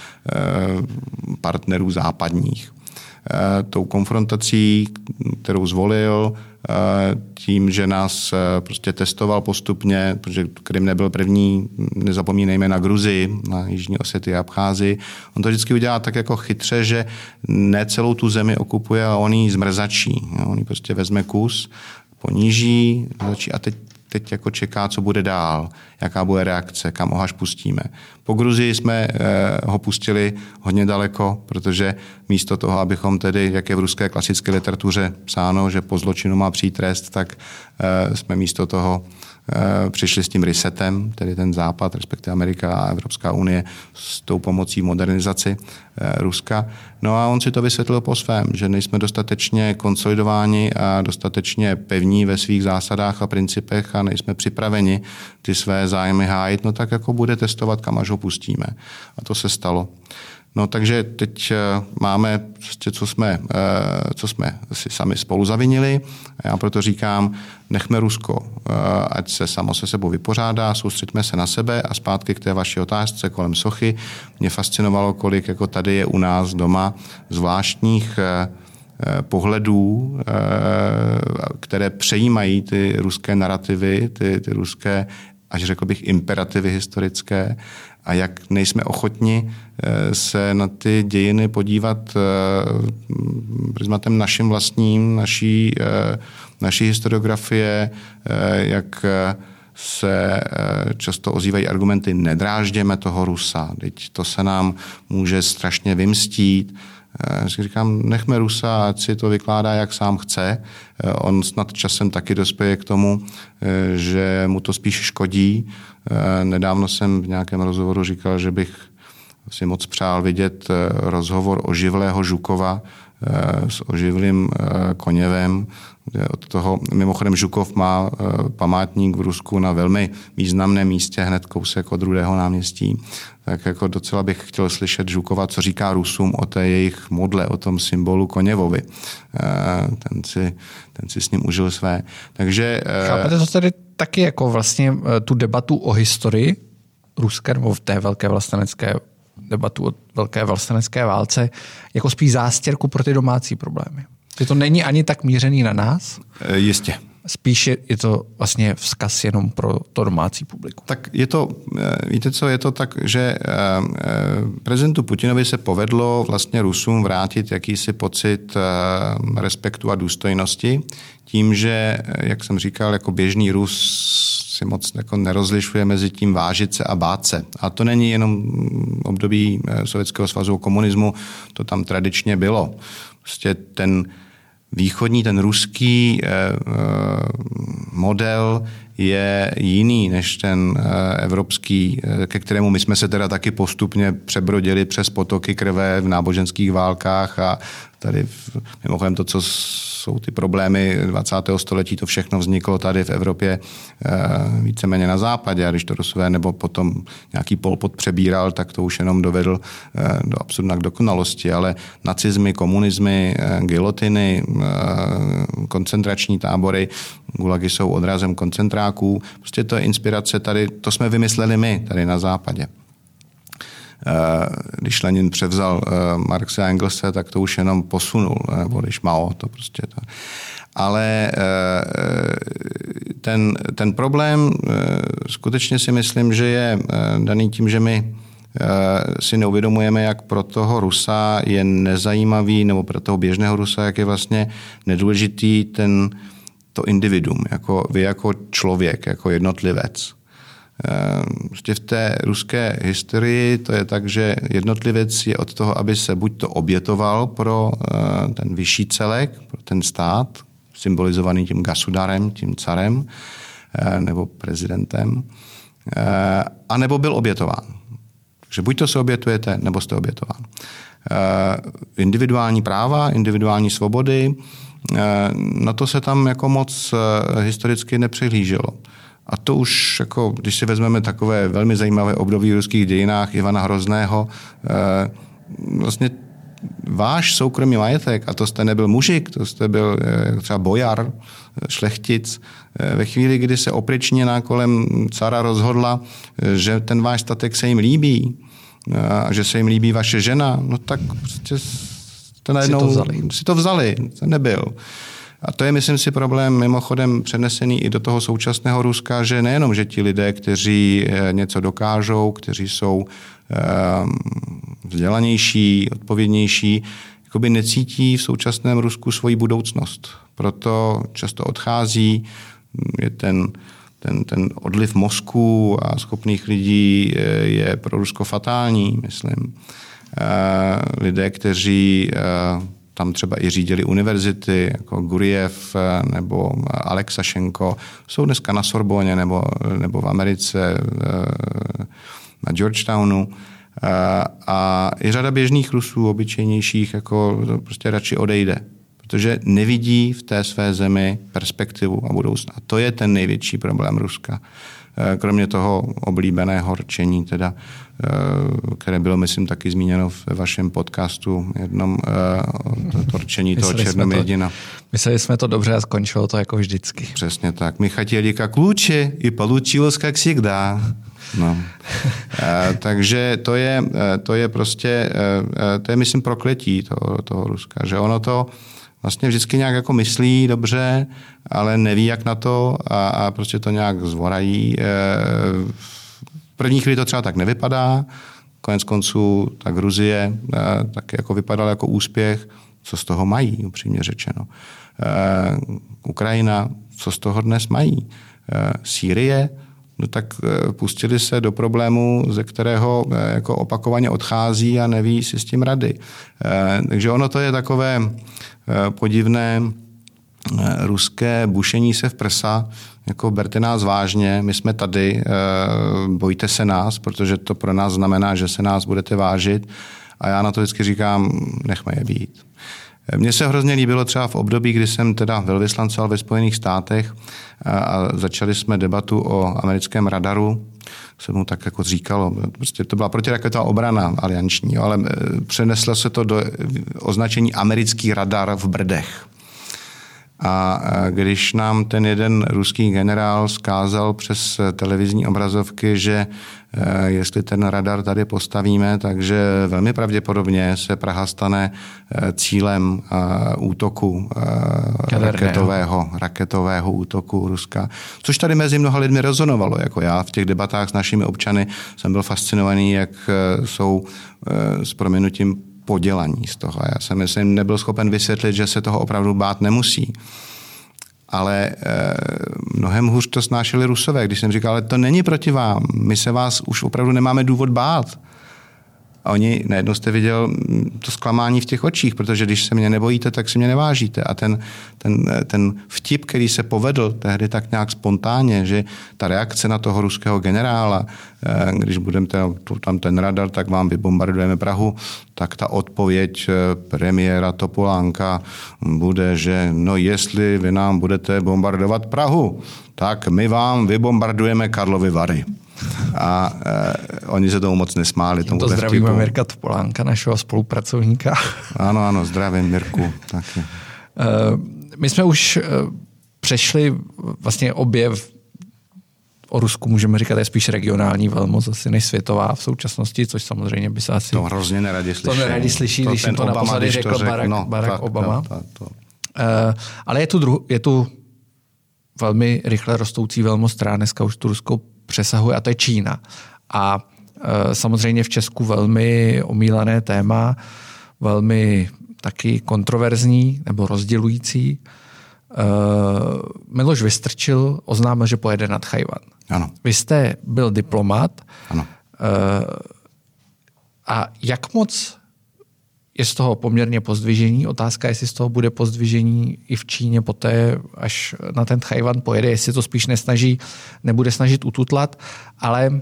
partnerů západních. Tou konfrontací, kterou zvolil, tím, že nás prostě testoval postupně, protože Krym nebyl první, nezapomínejme na Gruzii, na Jižní Osetii a Abcházii. On to vždycky udělá tak jako chytře, že ne celou tu zemi okupuje, ale on ji zmrzačí. On ji prostě vezme kus, poníží, zmrzačí a teď jako čeká, co bude dál, jaká bude reakce, kam ho až pustíme. Po Gruzii jsme ho pustili hodně daleko, protože místo toho, abychom tedy, jak je v ruské klasické literatuře psáno, že po zločinu má přijít trest, tak jsme místo toho přišli s tím resetem, tedy ten Západ, respektive Amerika a Evropská unie s tou pomocí modernizaci Ruska. No a on si to vysvětlil po svém, že nejsme dostatečně konsolidováni a dostatečně pevní ve svých zásadách a principech a nejsme připraveni ty své zájmy hájit, no tak jako bude testovat, kam až ho pustíme. A to se stalo. No takže teď máme, co jsme si sami spolu zavinili. A já proto říkám, nechme Rusko, ať se samo se sebou vypořádá, soustřeďme se na sebe a zpátky k té vaší otázce kolem sochy. Mě fascinovalo, kolik jako tady je u nás doma zvláštních pohledů, které přejímají ty ruské narrativy, ty ruské, až řekl bych, imperativy historické a jak nejsme ochotni se na ty dějiny podívat prismatem naším vlastním, naší historiografie, jak se často ozývají argumenty, nedrážděme toho Rusa, teď to se nám může strašně vymstít. Říkám, nechme Rusa, ať si to vykládá, jak sám chce. On snad časem taky dospěje k tomu, že mu to spíš škodí. Nedávno jsem v nějakém rozhovoru říkal, že bych si moc přál vidět rozhovor oživlého Žukova s oživlým Koněvem. Od toho, mimochodem Žukov má památník v Rusku na velmi významném místě, hned kousek od Rudého náměstí. Tak jako docela bych chtěl slyšet Žukova, co říká Rusům o té jejich modle, o tom symbolu Koněvovi. Ten si s ním užil své. Takže, chápete to tedy taky jako vlastně tu debatu o historii ruské, nebo v té velké vlastenecké debatu o velké vlastenecké válce, jako spíš zástěrku pro ty domácí problémy? Že to není ani tak mířený na nás? Jistě. Spíše je to vlastně vzkaz jenom pro to domácí publikum. Tak je to, víte co, je to tak, že prezidentu Putinovi se povedlo vlastně Rusům vrátit jakýsi pocit respektu a důstojnosti tím, že, jak jsem říkal, jako běžný Rus si moc jako nerozlišuje mezi tím vážit se a bát se. A to není jenom období Sovětského svazu, komunismu, to tam tradičně bylo. Prostě ten východní, ten ruský model je jiný než ten evropský, ke kterému my jsme se teda taky postupně přebrodili přes potoky krve v náboženských válkách a tady mimochodem to, co jsou ty problémy 20. století, to všechno vzniklo tady v Evropě víceméně na západě a když to Rusové nebo potom nějaký Pol Pot přebíral, tak to už jenom dovedl do absurdna k dokonalosti, ale nacizmy, komunizmy, gilotiny, koncentrační tábory, gulagy jsou odrazem koncentráků, prostě to je inspirace tady, to jsme vymysleli my tady na západě. Když Lenin převzal Marxe a Engelse, tak to už jenom posunul, nebo když Mao, to prostě to. Ale ten problém skutečně si myslím, že je daný tím, že my si neuvědomujeme, jak pro toho Rusa je nezajímavý, nebo pro toho běžného Rusa, jak je vlastně nedůležitý to individuum, vy jako člověk, jako jednotlivec. Prostě v té ruské historii to je tak, že jednotlivec je od toho, aby se buď to obětoval pro ten vyšší celek, pro ten stát, symbolizovaný tím gasudarem, tím carem nebo prezidentem, anebo byl obětován. Takže buď to se obětujete, nebo jste obětován. Individuální práva, individuální svobody, na to se tam jako moc historicky nepřihlíželo. A to už, jako, když si vezmeme takové velmi zajímavé období v ruských dějinách Ivana Hrozného, vlastně váš soukromý majetek, a to jste nebyl mužik, to jste byl třeba bojar, šlechtic, ve chvíli, kdy se opryčnina kolem cara rozhodla, že ten váš statek se jim líbí, a že se jim líbí vaše žena, no tak prostě to najednou si to vzali, to nebyl. A to je, myslím si, problém mimochodem přenesený i do toho současného Ruska, že nejenom, že ti lidé, kteří něco dokážou, kteří jsou vzdělanější, odpovědnější, jakoby necítí v současném Rusku svoji budoucnost. Proto často odchází, je ten odliv mozku a schopných lidí je pro Rusko fatální, myslím. Lidé, kteří tam třeba i řídili univerzity, jako Guriev nebo Aleksašenko, jsou dneska na Sorboně nebo v Americe, na Georgetownu. A i řada běžných Rusů, obyčejnějších, jako prostě radši odejde, protože nevidí v té své zemi perspektivu a budoucnost. A to je ten největší problém Ruska. Kromě toho oblíbeného rčení, teda, které bylo, myslím, taky zmíněno ve vašem podcastu, jednom to rčení toho Černomyrdina. Mysleli jsme to dobře a skončilo to jako vždycky. Přesně tak. My chtěli jak lúče i получилось как всегда. No. Takže to je prostě, to je, myslím, prokletí toho Ruska, že ono to vlastně vždycky nějak jako myslí dobře, ale neví, jak na to a prostě to nějak zvorají. V první chvíli to třeba tak nevypadá, konec konců ta Gruzie tak jako vypadala jako úspěch, co z toho mají, upřímně řečeno. Ukrajina, co z toho dnes mají. Sýrie, no tak pustili se do problému, ze kterého jako opakovaně odchází a neví si s tím rady. Takže ono to je takové podivné ruské bušení se v prsa, jako berte nás vážně, my jsme tady, bojte se nás, protože to pro nás znamená, že se nás budete vážit a já na to vždycky říkám, nechme je být. Mně se hrozně líbilo třeba v období, kdy jsem teda velvyslancoval ve Spojených státech a začali jsme debatu o americkém radaru, se mu tak jako říkalo. Prostě to byla protiraketová obrana alianční, ale přeneslo se to do označení americký radar v Brdech. A když nám ten jeden ruský generál zkázal přes televizní obrazovky, že jestli ten radar tady postavíme, takže velmi pravděpodobně se Praha stane cílem útoku raketového útoku Ruska. Což tady mezi mnoha lidmi rezonovalo. Jako já v těch debatách s našimi občany jsem byl fascinovaný, jak jsou s prominutím podělaní z toho. Já jsem nebyl schopen vysvětlit, že se toho opravdu bát nemusí. ale mnohem hůř to snášeli Rusové, když jsem říkal, ale to není proti vám, my se vás už opravdu nemáme důvod bát. A oni, najednou jste viděl to zklamání v těch očích, protože když se mě nebojíte, tak si mě nevážíte. A ten vtip, který se povedl tehdy tak nějak spontánně, že ta reakce na toho ruského generála, když budeme tam ten radar, tak vám vybombardujeme Prahu, tak ta odpověď premiéra Topolánka bude, že no jestli vy nám budete bombardovat Prahu, tak my vám vybombardujeme Karlovy Vary. A oni se tomu moc nesmáli. To zdravíme Mirka Topolánka, našeho spolupracovníka. Ano, zdravím Mirku. Taky. My jsme už přešli vlastně objev o Rusku, můžeme říkat, je spíš regionální velmoc asi než světová v současnosti, což samozřejmě by se asi... To hrozně neradi slyší. To neradi slyší, když jim to naposledy řekl Barack Obama. Ale je tu velmi rychle rostoucí velmoc, která dneska už tu Ruskou přesahuje, a to je Čína. A samozřejmě v Česku velmi omílané téma, velmi taky kontroverzní nebo rozdělující. Miloš Vystrčil oznámil, že pojede na Tchajwan. Ano. Vy jste byl diplomat. Ano. A jak moc je z toho poměrně pozdvižení? Otázka, jestli z toho bude pozdvižení i v Číně poté, až na ten Tchajwan pojede, jestli to spíš nebude snažit ututlat, ale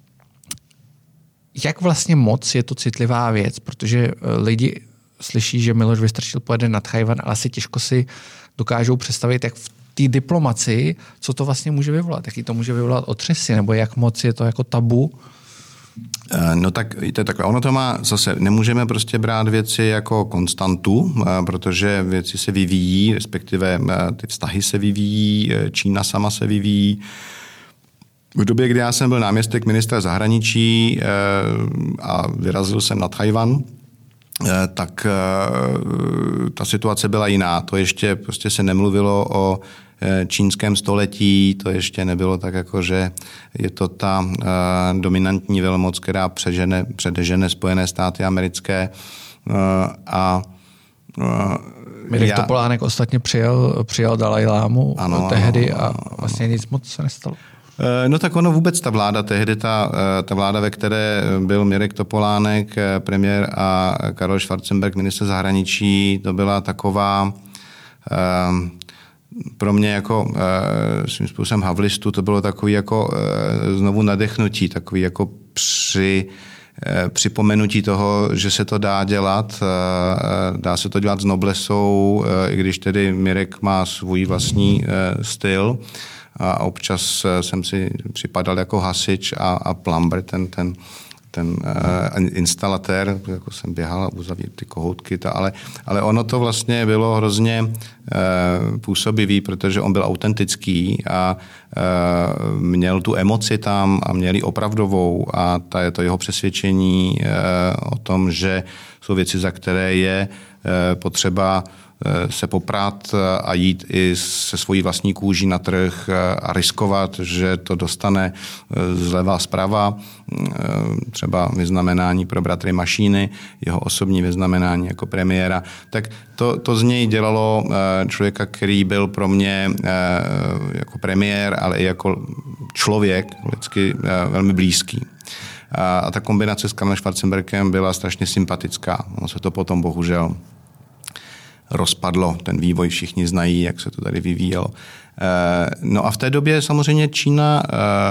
jak vlastně moc je to citlivá věc, protože lidi slyší, že Miloš Vystrčil pojede na Tchajwan, ale asi těžko si dokážou představit, jak v té diplomaci, co to vlastně může vyvolat, jaký to může vyvolat otřesy, nebo jak moc je to jako tabu. No tak víte, takhle, ono to má zase, nemůžeme prostě brát věci jako konstantu, protože věci se vyvíjí, respektive ty vztahy se vyvíjí, Čína sama se vyvíjí. V době, kdy já jsem byl náměstek ministra zahraničí a vyrazil jsem na Tchajwan, tak ta situace byla jiná. To ještě prostě se nemluvilo o čínském století, to ještě nebylo tak, jako že je to ta dominantní velmoc, která předežene Spojené státy americké. Mirek Topolánek ostatně přijal Dalajlámu tehdy a vlastně nic moc se nestalo. No tak ono vůbec ta vláda tehdy, ta vláda, ve které byl Mirek Topolánek, premiér, a Karel Schwarzenberg, ministr zahraničí, to byla taková pro mě jako svým způsobem havlistu, to bylo takový jako znovu nadechnutí, takový jako připomenutí toho, že se to dá dělat, dá se to dělat s noblesou, i když tedy Mirek má svůj vlastní styl. A občas jsem si připadal jako hasič a plumber, ten instalatér, jako jsem běhal a uzavíral ty kohoutky, ale ono to vlastně bylo hrozně působivý, protože on byl autentický a měl tu emoci tam a měl ji opravdovou a to jeho přesvědčení o tom, že jsou věci, za které je potřeba se poprat a jít i se svojí vlastní kůží na trh a riskovat, že to dostane zleva zprava, třeba vyznamenání pro bratry Mašíny, jeho osobní vyznamenání jako premiéra, tak to z něj dělalo člověka, který byl pro mě jako premiér, ale i jako člověk lidsky velmi blízký. A ta kombinace s Karlem Schwarzenbergem byla strašně sympatická. Ono se to potom bohužel rozpadlo, ten vývoj všichni znají, jak se to tady vyvíjelo. No a v té době samozřejmě Čína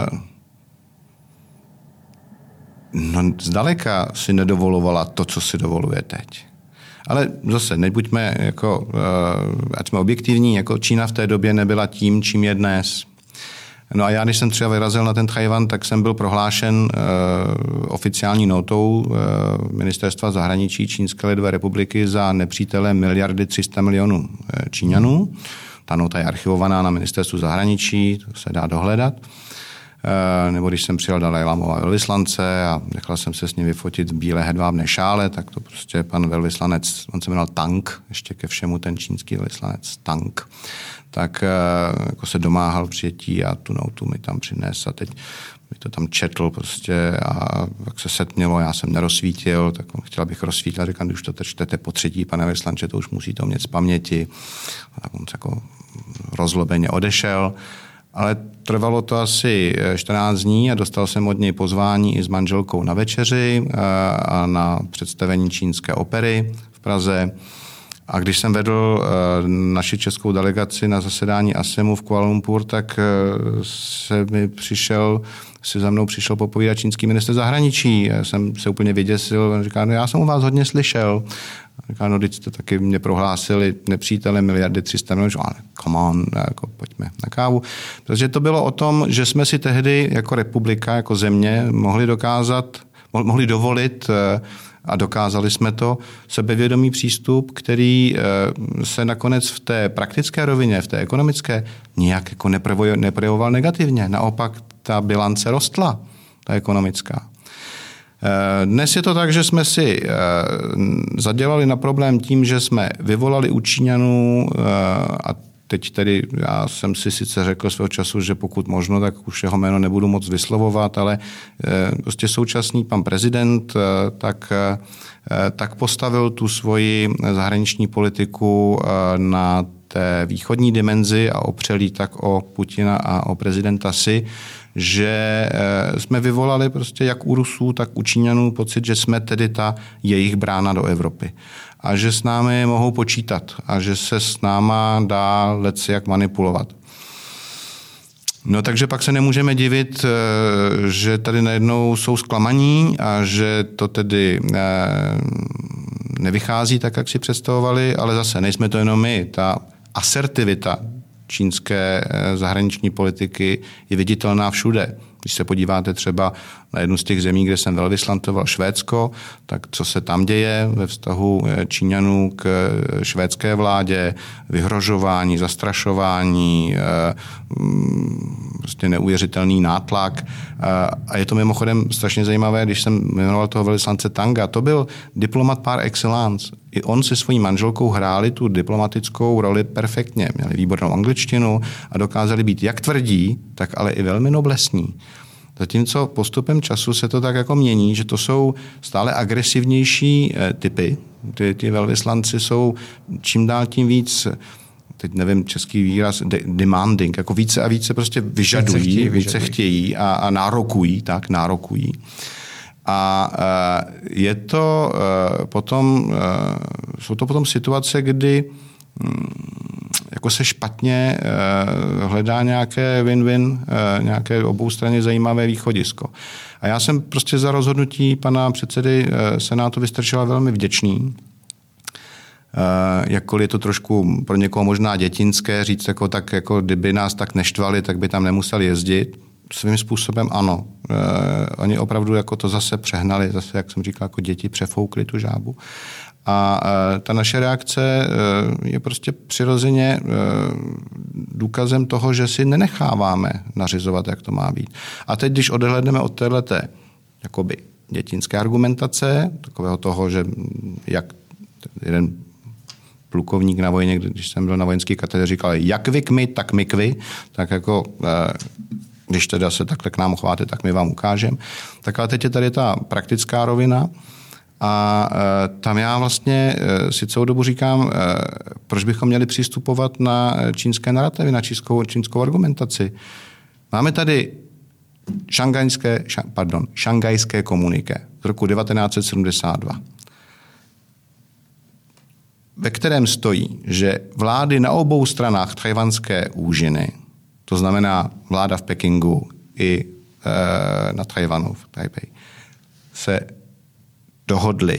zdaleka si nedovolovala to, co si dovoluje teď. Ale zase, nebuďme jako, ať jsme objektivní, jako Čína v té době nebyla tím, čím je dnes. No a já, když jsem třeba vyrazil na ten Tchajwan, tak jsem byl prohlášen oficiální notou Ministerstva zahraničí Čínské lidové republiky za nepřítele 1,3 miliardy Číňanů. Ta nota je archivovaná na Ministerstvu zahraničí, to se dá dohledat. Nebo když jsem přijal Dalajlámova velvyslance a nechal jsem se s ním vyfotit v bílé hedvábné šále, tak to prostě pan velvyslanec, on se jmenoval Tang, ještě ke všemu ten čínský velvyslanec Tang, tak jako se domáhal přijetí a tu notu mi tam přines a teď mi to tam četl prostě a jak se setmělo, já jsem nerozsvítil, tak on chtěl, abych rozsvítil, říkám, když to čtete po třetí, pane vyslanče, to už musíte umět z paměti. A tak on se jako rozlobeně odešel, ale trvalo to asi 14 dní a dostal jsem od něj pozvání i s manželkou na večeři a na představení čínské opery v Praze. A když jsem vedl naši českou delegaci na zasedání ASEMu v Kuala Lumpur, tak si za mnou přišel popovídat čínský ministr zahraničí. Já jsem se úplně vyděsil. Říká, no já jsem u vás hodně slyšel. Říká, no teď jste taky mě prohlásili nepřítele miliardy 300 milionů. Ale come on, jako pojďme na kávu. Protože to bylo o tom, že jsme si tehdy jako republika, jako země mohli dovolit a dokázali jsme to, sebevědomý přístup, který se nakonec v té praktické rovině, v té ekonomické, nijak jako neprojevoval negativně. Naopak ta bilance rostla, ta ekonomická. Dnes je to tak, že jsme si zadělali na problém tím, že jsme vyvolali u Číňanů a teď tedy já jsem si sice řekl svého času, že pokud možno, tak už jeho jméno nebudu moc vyslovovat, ale prostě současný pan prezident tak postavil tu svoji zahraniční politiku na té východní dimenzi a opřel ji tak o Putina a o prezidenta Xi, že jsme vyvolali prostě jak u Rusů, tak u Číňanů pocit, že jsme tedy ta jejich brána do Evropy. A že s námi mohou počítat a že se s náma dá jak manipulovat. No takže pak se nemůžeme divit, že tady najednou jsou zklamaní a že to tedy nevychází tak, jak si představovali, ale zase nejsme to jenom my. Ta asertivita čínské zahraniční politiky je viditelná všude. Když se podíváte třeba na jednu z těch zemí, kde jsem velvyslantoval, Švédsko, tak co se tam děje ve vztahu Číňanů k švédské vládě, vyhrožování, zastrašování, prostě neuvěřitelný nátlak. A je to mimochodem strašně zajímavé, když jsem jmenoval toho velvyslance Tanga, to byl diplomat par excellence. I on se svojí manželkou hráli tu diplomatickou roli perfektně. Měli výbornou angličtinu a dokázali být jak tvrdí, tak ale i velmi noblesní. Zatímco postupem času se to tak jako mění, že to jsou stále agresivnější typy. Ty velvyslanci jsou čím dál tím víc, teď nevím český výraz, demanding, jako více a více prostě vyžadují, více chtějí a nárokují. A je to potom, jsou to potom situace, kdy jako se špatně hledá nějaké win-win, nějaké oboustranně zajímavé východisko. A já jsem prostě za rozhodnutí pana předsedy Senátu Vystrčila velmi vděčný. Jakkoliv je to trošku pro někoho možná dětinské říct, tak jako kdyby nás tak neštvali, tak by tam nemuseli jezdit. Svým způsobem ano. Oni opravdu jako to zase přehnali, zase, jak jsem říkal, jako děti přefoukli tu žábu. A ta naše reakce je prostě přirozeně důkazem toho, že si nenecháváme nařizovat, jak to má být. A teď, když odhlédneme od téhleté jakoby dětinské argumentace, takového toho, že jak jeden plukovník na vojně, když jsem byl na vojenský katedře, říkal, jak vy k my, tak my k vy, tak jako když teda se takhle k nám chováte, tak my vám ukážeme. Tak ale teď je tady ta praktická rovina a tam já vlastně si celou dobu říkám, proč bychom měli přistupovat na čínské narrativy, na čínskou argumentaci. Máme tady šangajské komuniké z roku 1972, ve kterém stojí, že vlády na obou stranách tchajwanské úžiny, to znamená vláda v Pekingu i na Tchajwanu, v Taipei, se dohodli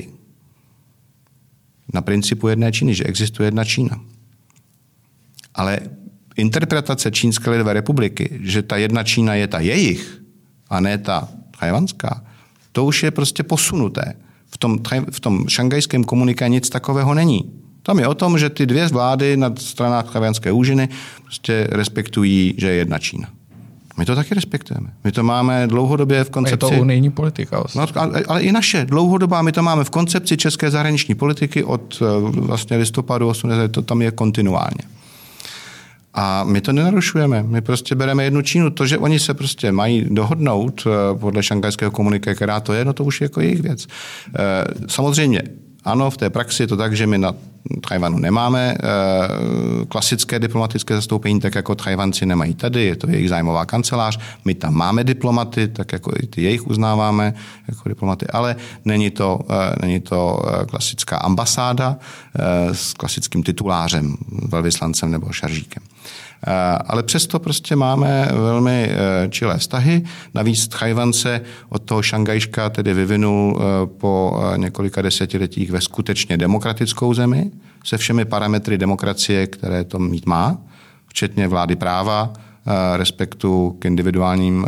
na principu jedné Číny, že existuje jedna Čína. Ale interpretace Čínské lidové republiky, že ta jedna Čína je ta jejich a ne ta tchajwanská, to už je prostě posunuté. V tom šangajském komuniké nic takového není. Tam je o tom, že ty dvě vlády na stranách tchajwanské úžiny prostě respektují, že je jedna Čína. My to taky respektujeme. My to máme dlouhodobě v koncepci... Je to unijní politika. No, ale i naše dlouhodobá, my to máme v koncepci české zahraniční politiky od vlastně listopadu 80, to tam je kontinuálně. A my to nenarušujeme. My prostě bereme jednu Čínu. To, že oni se prostě mají dohodnout podle šangajského komuniké, která to je, no to už je jako jejich věc. Samozřejmě, ano, v té praxi je to tak, že my na Tchaj-wanu nemáme klasické diplomatické zastoupení, tak jako Tchaj-wanci nemají tady, je to jejich zájmová kancelář, my tam máme diplomaty, tak jako i ty jejich uznáváme jako diplomaty, ale není to klasická ambasáda s klasickým titulářem, velvyslancem nebo šaržíkem. Ale přesto prostě máme velmi čilé vztahy. Navíc Tchaj-wan se od toho Šangajška tedy vyvinul po několika desetiletích ve skutečně demokratickou zemi se všemi parametry demokracie, které to mít má, včetně vlády práva, respektu k individuálním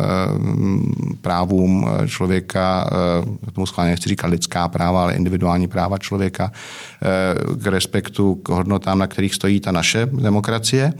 právům člověka, tomu schválně nechci říkat lidská práva, ale individuální práva člověka, k respektu k hodnotám, na kterých stojí ta naše demokracie.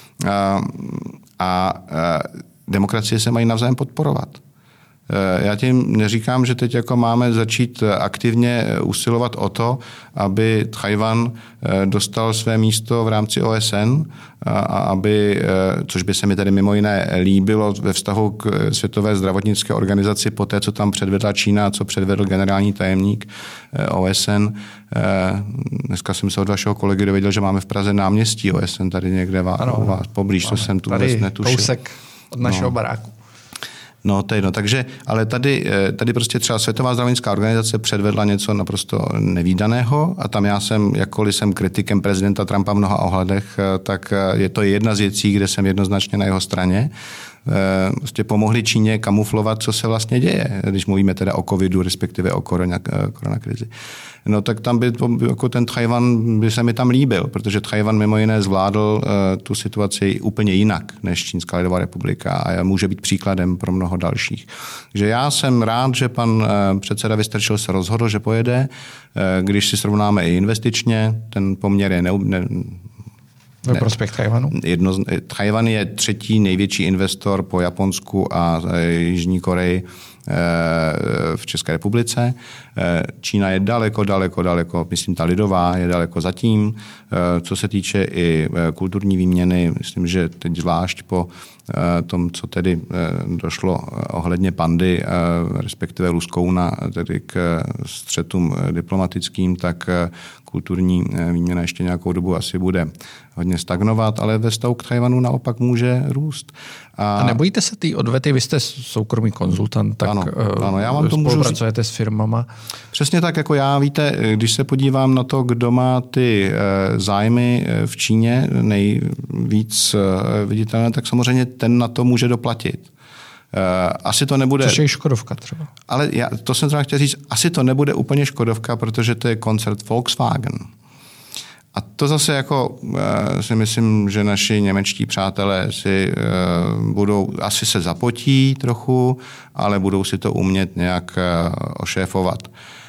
A demokracie se mají navzájem podporovat. Já tím neříkám, že teď jako máme začít aktivně usilovat o to, aby Tchaj-wan dostal své místo v rámci OSN, a aby, což by se mi tady mimo jiné líbilo ve vztahu k Světové zdravotnické organizaci po té, co tam předvedla Čína a co předvedl generální tajemník OSN. Dneska jsem se od vašeho kolegy dověděl, že máme v Praze náměstí OSN tady někde vás poblíž, to jsem tu vůbec netušil. Kousek od našeho baráku. No, to je jedno. Takže, ale tady prostě třeba Světová zdravotnická organizace předvedla něco naprosto nevídaného a tam jakkoliv jsem kritikem prezidenta Trumpa v mnoha ohledech, tak je to jedna z věcí, kde jsem jednoznačně na jeho straně. Prostě pomohli Číně kamuflovat, co se vlastně děje, když mluvíme teda o covidu, respektive o koronakrizi. No tak tam by jako ten Tchaj-wan by se mi tam líbil, protože Tchaj-wan mimo jiné zvládl tu situaci úplně jinak než Čínská lidová republika a může být příkladem pro mnoho dalších. Takže já jsem rád, že pan předseda Vystrčil se rozhodl, že pojede, když si srovnáme i investičně, ten poměr je ve prospěch Tchaj-wanu? Tchaj-wan je třetí největší investor po Japonsku a Jižní Koreji v České republice. Čína je daleko, myslím ta lidová je daleko zatím. Co se týče i kulturní výměny, myslím, že teď zvlášť po tom, co tedy došlo ohledně pandy, respektive Luskouna, tedy k střetům diplomatickým, tak kulturní výměna ještě nějakou dobu asi bude hodně stagnovat, ale ve vztahu k Tchaj-wanu naopak může růst. A nebojíte se té odvety? Vy jste soukromý konzultant, tak ano, já vám to můžu spolupracujete s firmama. Přesně tak, jako já, víte, když se podívám na to, kdo má ty zájmy v Číně nejvíc viditelné, tak samozřejmě ten na to může doplatit. Asi to nebude... Což je Škodovka třeba. Ale to jsem třeba chtěl říct, asi to nebude úplně Škodovka, protože to je koncert Volkswagen. A to zase jako si myslím, že naši němečtí přátelé si asi se zapotí trochu, ale budou si to umět nějak ošéfovat.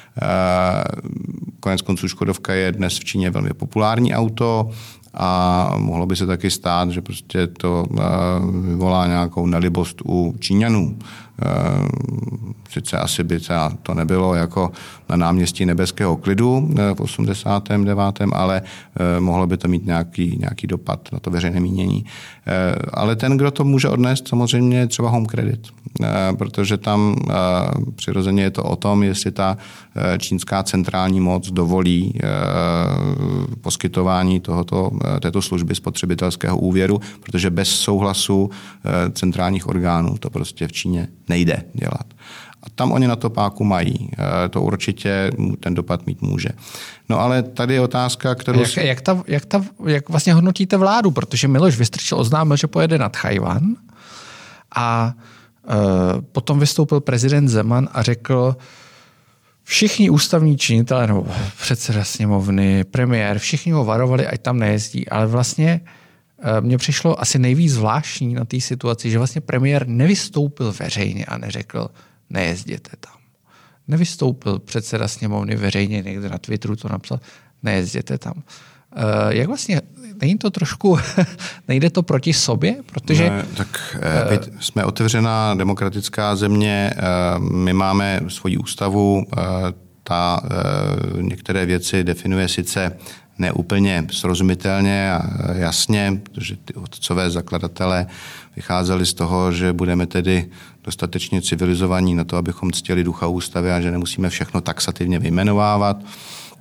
Konec konců Škodovka je dnes v Číně velmi populární auto a mohlo by se taky stát, že prostě to vyvolá nějakou nelibost u Číňanů. Sice asi by to nebylo jako na náměstí Nebeského klidu v 89., ale mohlo by to mít nějaký dopad na to veřejné mínění. Ale ten, kdo to může odnést, samozřejmě je třeba Home Credit, protože tam přirozeně je to o tom, jestli ta čínská centrální moc dovolí poskytování této služby spotřebitelského úvěru, protože bez souhlasu centrálních orgánů to prostě v Číně nejde dělat. A tam oni na to páku mají. To určitě ten dopad mít může. No ale tady je otázka, kterou... Jak vlastně hodnotíte vládu? Protože Miloš Vystrčil oznámil, že pojede na Tchaj-wan a potom vystoupil prezident Zeman a řekl, všichni ústavní činitelé, nebo předseda sněmovny, premiér, všichni ho varovali, ať tam nejezdí. Ale vlastně mně přišlo asi nejvíc zvláštní na té situaci, že vlastně premiér nevystoupil veřejně a neřekl, nejezděte tam. Nevystoupil předseda sněmovny veřejně, někde na Twitteru to napsal, nejezděte tam. Jak vlastně, není to trošku, nejde to proti sobě? Protože... Ne, tak jsme otevřená demokratická země, my máme svoji ústavu, ta některé věci definuje sice neúplně srozumitelně a jasně, protože ty otcové zakladatelé vycházeli z toho, že budeme tedy dostatečně civilizovaní na to, abychom ctili ducha ústavy a že nemusíme všechno taxativně vyjmenovávat.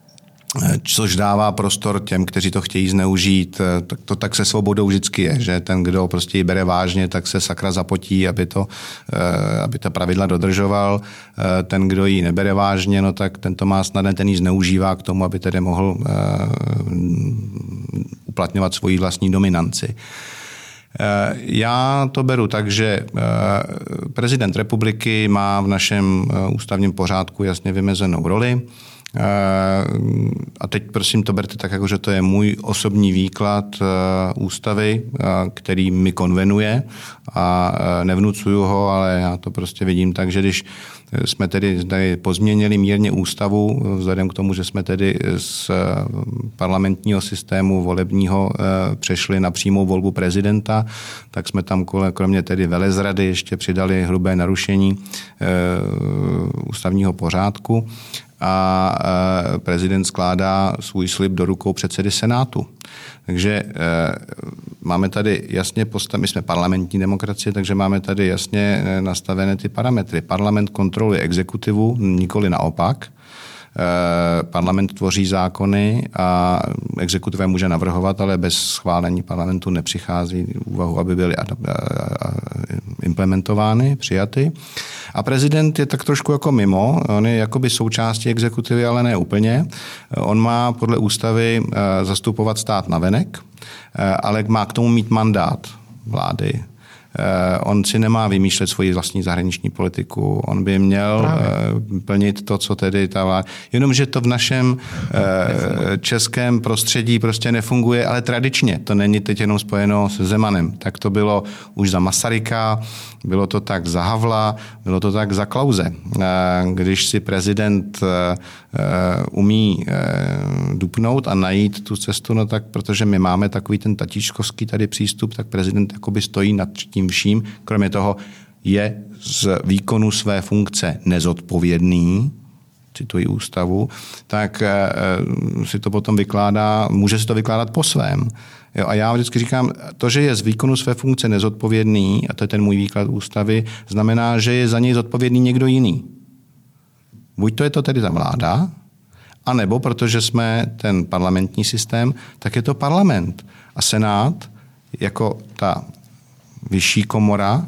což dává prostor těm, kteří to chtějí zneužít. To tak se svobodou vždycky je, že ten, kdo prostě ji bere vážně, tak se sakra zapotí, aby ta pravidla dodržoval. Ten, kdo ji nebere vážně, no tak ten to má snadné, ten ji zneužívá k tomu, aby tedy mohl uplatňovat svoji vlastní dominanci. Já to beru tak, že prezident republiky má v našem ústavním pořádku jasně vymezenou roli. A teď prosím to berte tak, jako že to je můj osobní výklad ústavy, který mi konvenuje a nevnucuju ho, ale já to prostě vidím tak, že když jsme tedy pozměnili mírně ústavu, vzhledem k tomu, že jsme tedy z parlamentního systému volebního přešli na přímou volbu prezidenta, tak jsme tam kromě tedy velezrady ještě přidali hrubé narušení ústavního pořádku. A prezident skládá svůj slib do rukou předsedy Senátu. Takže máme tady jasně my jsme parlamentní demokracie, takže máme tady jasně nastavené ty parametry. Parlament kontroluje exekutivu, nikoli naopak. Parlament tvoří zákony a exekutiva může navrhovat, ale bez schválení parlamentu nepřichází v úvahu, aby byly implementovány, přijaty. A prezident je tak trošku jako mimo, on je jakoby součástí exekutivy, ale ne úplně. On má podle ústavy zastupovat stát navenek, ale má k tomu mít mandát vlády. On si nemá vymýšlet svoji vlastní zahraniční politiku. On by měl plnit to, co tedy ta vláda. Jenomže to v našem českém prostředí prostě nefunguje, ale tradičně. To není teď jenom spojeno se Zemanem. Tak to bylo už za Masaryka, bylo to tak za Havla, bylo to tak za Klause. Když si prezident umí dupnout a najít tu cestu, no tak protože my máme takový ten tatíčkovský tady přístup, tak prezident jakoby stojí nad tím vším. Kromě toho je z výkonu své funkce nezodpovědný, cituji ústavu, tak si to potom vykládá, může si to vykládat po svém. Jo, a já vždycky říkám, to, že je z výkonu své funkce nezodpovědný, a to je ten můj výklad ústavy, znamená, že je za něj zodpovědný někdo jiný. Buď to je to tedy ta vláda, anebo protože jsme ten parlamentní systém, tak je to parlament. A Senát jako ta vyšší komora,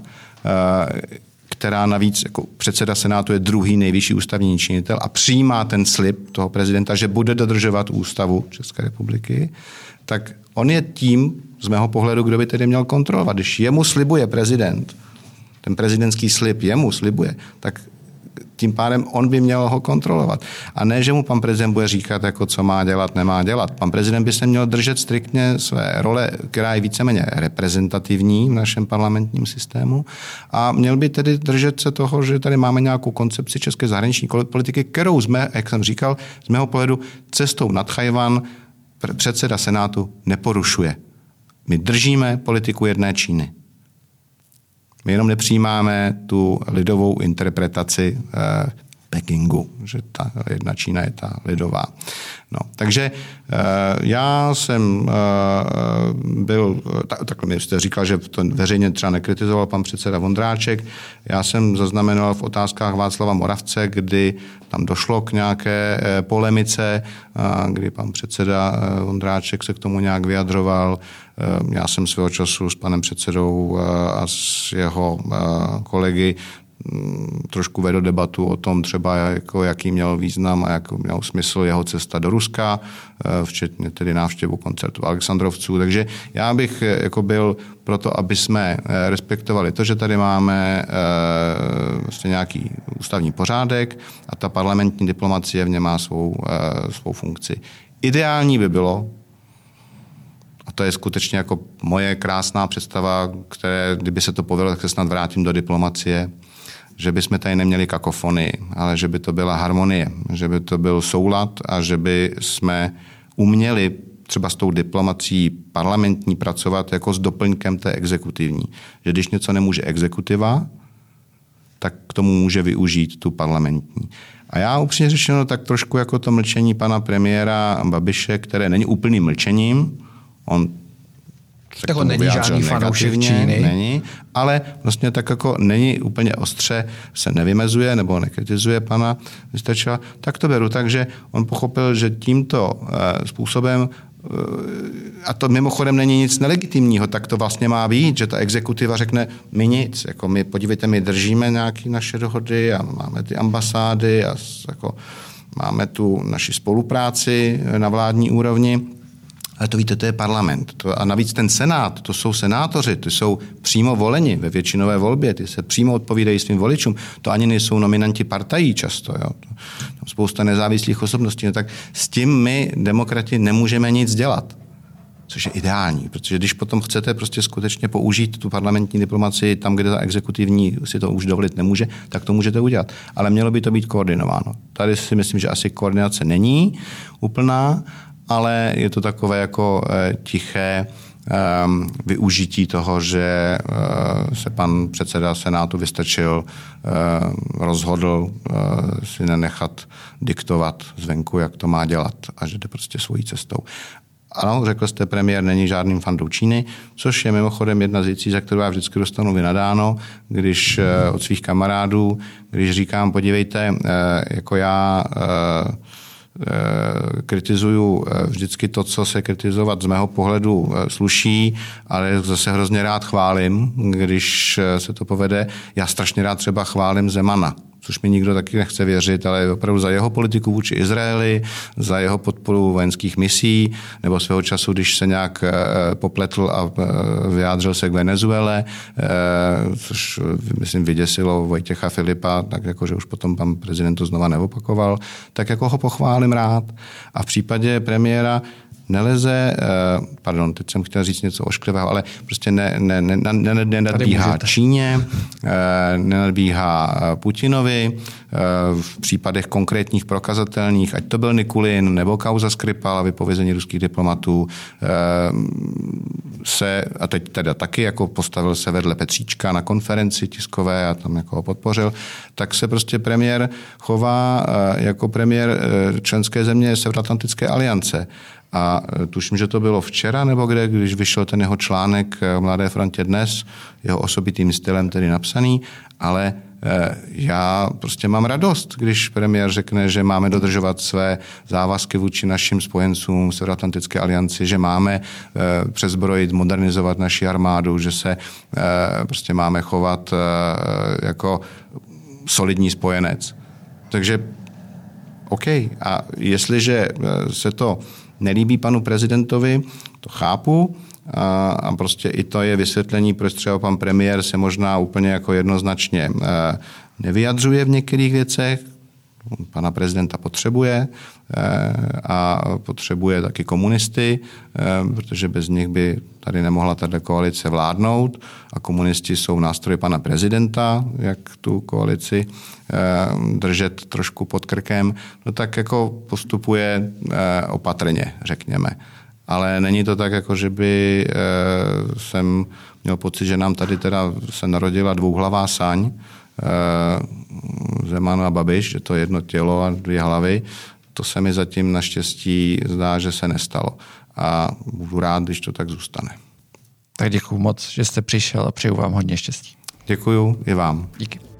která navíc jako předseda Senátu je druhý nejvyšší ústavní činitel a přijímá ten slib toho prezidenta, že bude dodržovat ústavu České republiky, tak on je tím, z mého pohledu, kdo by tedy měl kontrolovat. Když jemu slibuje prezident, ten prezidentský slib jemu slibuje, tak tím pádem on by měl ho kontrolovat. A ne, že mu pan prezident bude říkat, jako co má dělat, nemá dělat. Pan prezident by se měl držet striktně své role, která je víceméně reprezentativní v našem parlamentním systému a měl by tedy držet se toho, že tady máme nějakou koncepci české zahraniční politiky, kterou jsme, jak jsem říkal, z mého pohledu cestou nad Tchaj-wan předseda Senátu neporušuje. My držíme politiku jedné Číny. My jenom nepřijímáme tu lidovou interpretaci Pekingu, že ta jedna Čína je ta lidová. No, takže já jsem byl, takhle mi jste říkal, že to veřejně třeba nekritizoval pan předseda Vondráček. Já jsem zaznamenal v otázkách Václava Moravce, kdy tam došlo k nějaké polemice, kdy pan předseda Vondráček se k tomu nějak vyjadřoval. Já jsem svého času s panem předsedou a s jeho kolegy trošku vedl debatu o tom třeba, jako, jaký měl význam a jak měl smysl jeho cesta do Ruska, včetně tedy návštěvu koncertu Alexandrovců. Takže já bych jako byl proto, aby jsme respektovali to, že tady máme vlastně nějaký ústavní pořádek a ta parlamentní diplomacie v něm má svou funkci. Ideální by bylo, a to je skutečně jako moje krásná představa, které, kdyby se to povedlo, tak se snad vrátím do diplomacie, že bychom tady neměli kakofonii, ale že by to byla harmonie, že by to byl soulad a že by jsme uměli třeba s tou diplomací parlamentní pracovat jako s doplňkem té exekutivní. Že když něco nemůže exekutiva, tak k tomu může využít tu parlamentní. A já upřímně řečeno tak trošku jako to mlčení pana premiéra Babiše, které není úplným mlčením, on se k tomu vyjádřil negativně, není, ale vlastně tak jako není úplně ostře, se nevymezuje nebo nekritizuje pana Vystrčila, tak to beru. Takže on pochopil, že tímto způsobem, a to mimochodem není nic nelegitimního, tak to vlastně má být, že ta exekutiva řekne, my nic, jako my, podívejte, my držíme nějaké naše dohody a máme ty ambasády a jako máme tu naši spolupráci na vládní úrovni. Ale to víte, to je parlament. A navíc ten senát, to jsou senátoři, ty jsou přímo voleni ve většinové volbě, ty se přímo odpovídají svým voličům. To ani nejsou nominanti partají často. Jo. Tam spousta nezávislých osobností. No tak s tím my, demokrati, nemůžeme nic dělat. Což je ideální, protože když potom chcete prostě skutečně použít tu parlamentní diplomacii tam, kde ta exekutivní si to už dovolit nemůže, tak to můžete udělat. Ale mělo by to být koordinováno. Tady si myslím, že asi koordinace není úplná, ale je to takové jako tiché využití toho, že se pan předseda Senátu Vystrčil rozhodl si nenechat diktovat zvenku, jak to má dělat a že jde prostě svojí cestou. Ano, řekl jste, premiér není žádným fandou Číny, což je mimochodem jedna z věcí, za kterou já vždycky dostanu vynadáno, když od svých kamarádů, když říkám, podívejte, jako já kritizuju vždycky to, co se kritizovat z mého pohledu sluší, ale zase hrozně rád chválím, když se to povede. Já strašně rád třeba chválím Zemana, což mi nikdo taky nechce věřit, ale opravdu za jeho politiku vůči Izraeli, za jeho podporu vojenských misí, nebo svého času, když se nějak popletl a vyjádřil se k Venezuele, což myslím vyděsilo Vojtěcha Filipa, tak jako, že už potom pan prezident to znova neopakoval, tak jako ho pochválím rád. A v případě premiéra neleze, pardon, teď jsem chtěl říct něco ošklivého, ale prostě nenadbíhá Číně, nenadbíhá Putinovi, v případech konkrétních prokazatelných, ať to byl Nikulin nebo kauza Skripal a vypovězení ruských diplomatů, se, a teď teda taky jako postavil se vedle Petříčka na konferenci tiskové a tam jako ho podpořil, tak se prostě premiér chová jako premiér členské země Severoatlantické aliance. A tuším, že to bylo včera nebo kde, když vyšel ten jeho článek v Mladé frontě dnes, jeho osobitým stylem tedy napsaný, ale já prostě mám radost, když premiér řekne, že máme dodržovat své závazky vůči našim spojencům v Severoatlantické alianci, že máme přezbrojit, modernizovat naši armádu, že se prostě máme chovat jako solidní spojenec. Takže OK. A jestliže se to nelíbí panu prezidentovi, to chápu, a prostě i to je vysvětlení, proč třeba pan premiér se možná úplně jako jednoznačně nevyjadřuje v některých věcech. Pana prezidenta potřebuje a potřebuje taky komunisty, protože bez nich by tady nemohla tato koalice vládnout a komunisti jsou nástroj pana prezidenta, jak tu koalici držet trošku pod krkem, no tak jako postupuje opatrně, řekněme. Ale není to tak, jako že by jsem měl pocit, že nám tady teda se narodila dvouhlavá saň, Zeman a Babiš, že to je jedno tělo a dvě hlavy. To se mi zatím naštěstí zdá, že se nestalo. A budu rád, když to tak zůstane. Tak děkuju moc, že jste přišel a přeju vám hodně štěstí. Děkuju i vám. Díky.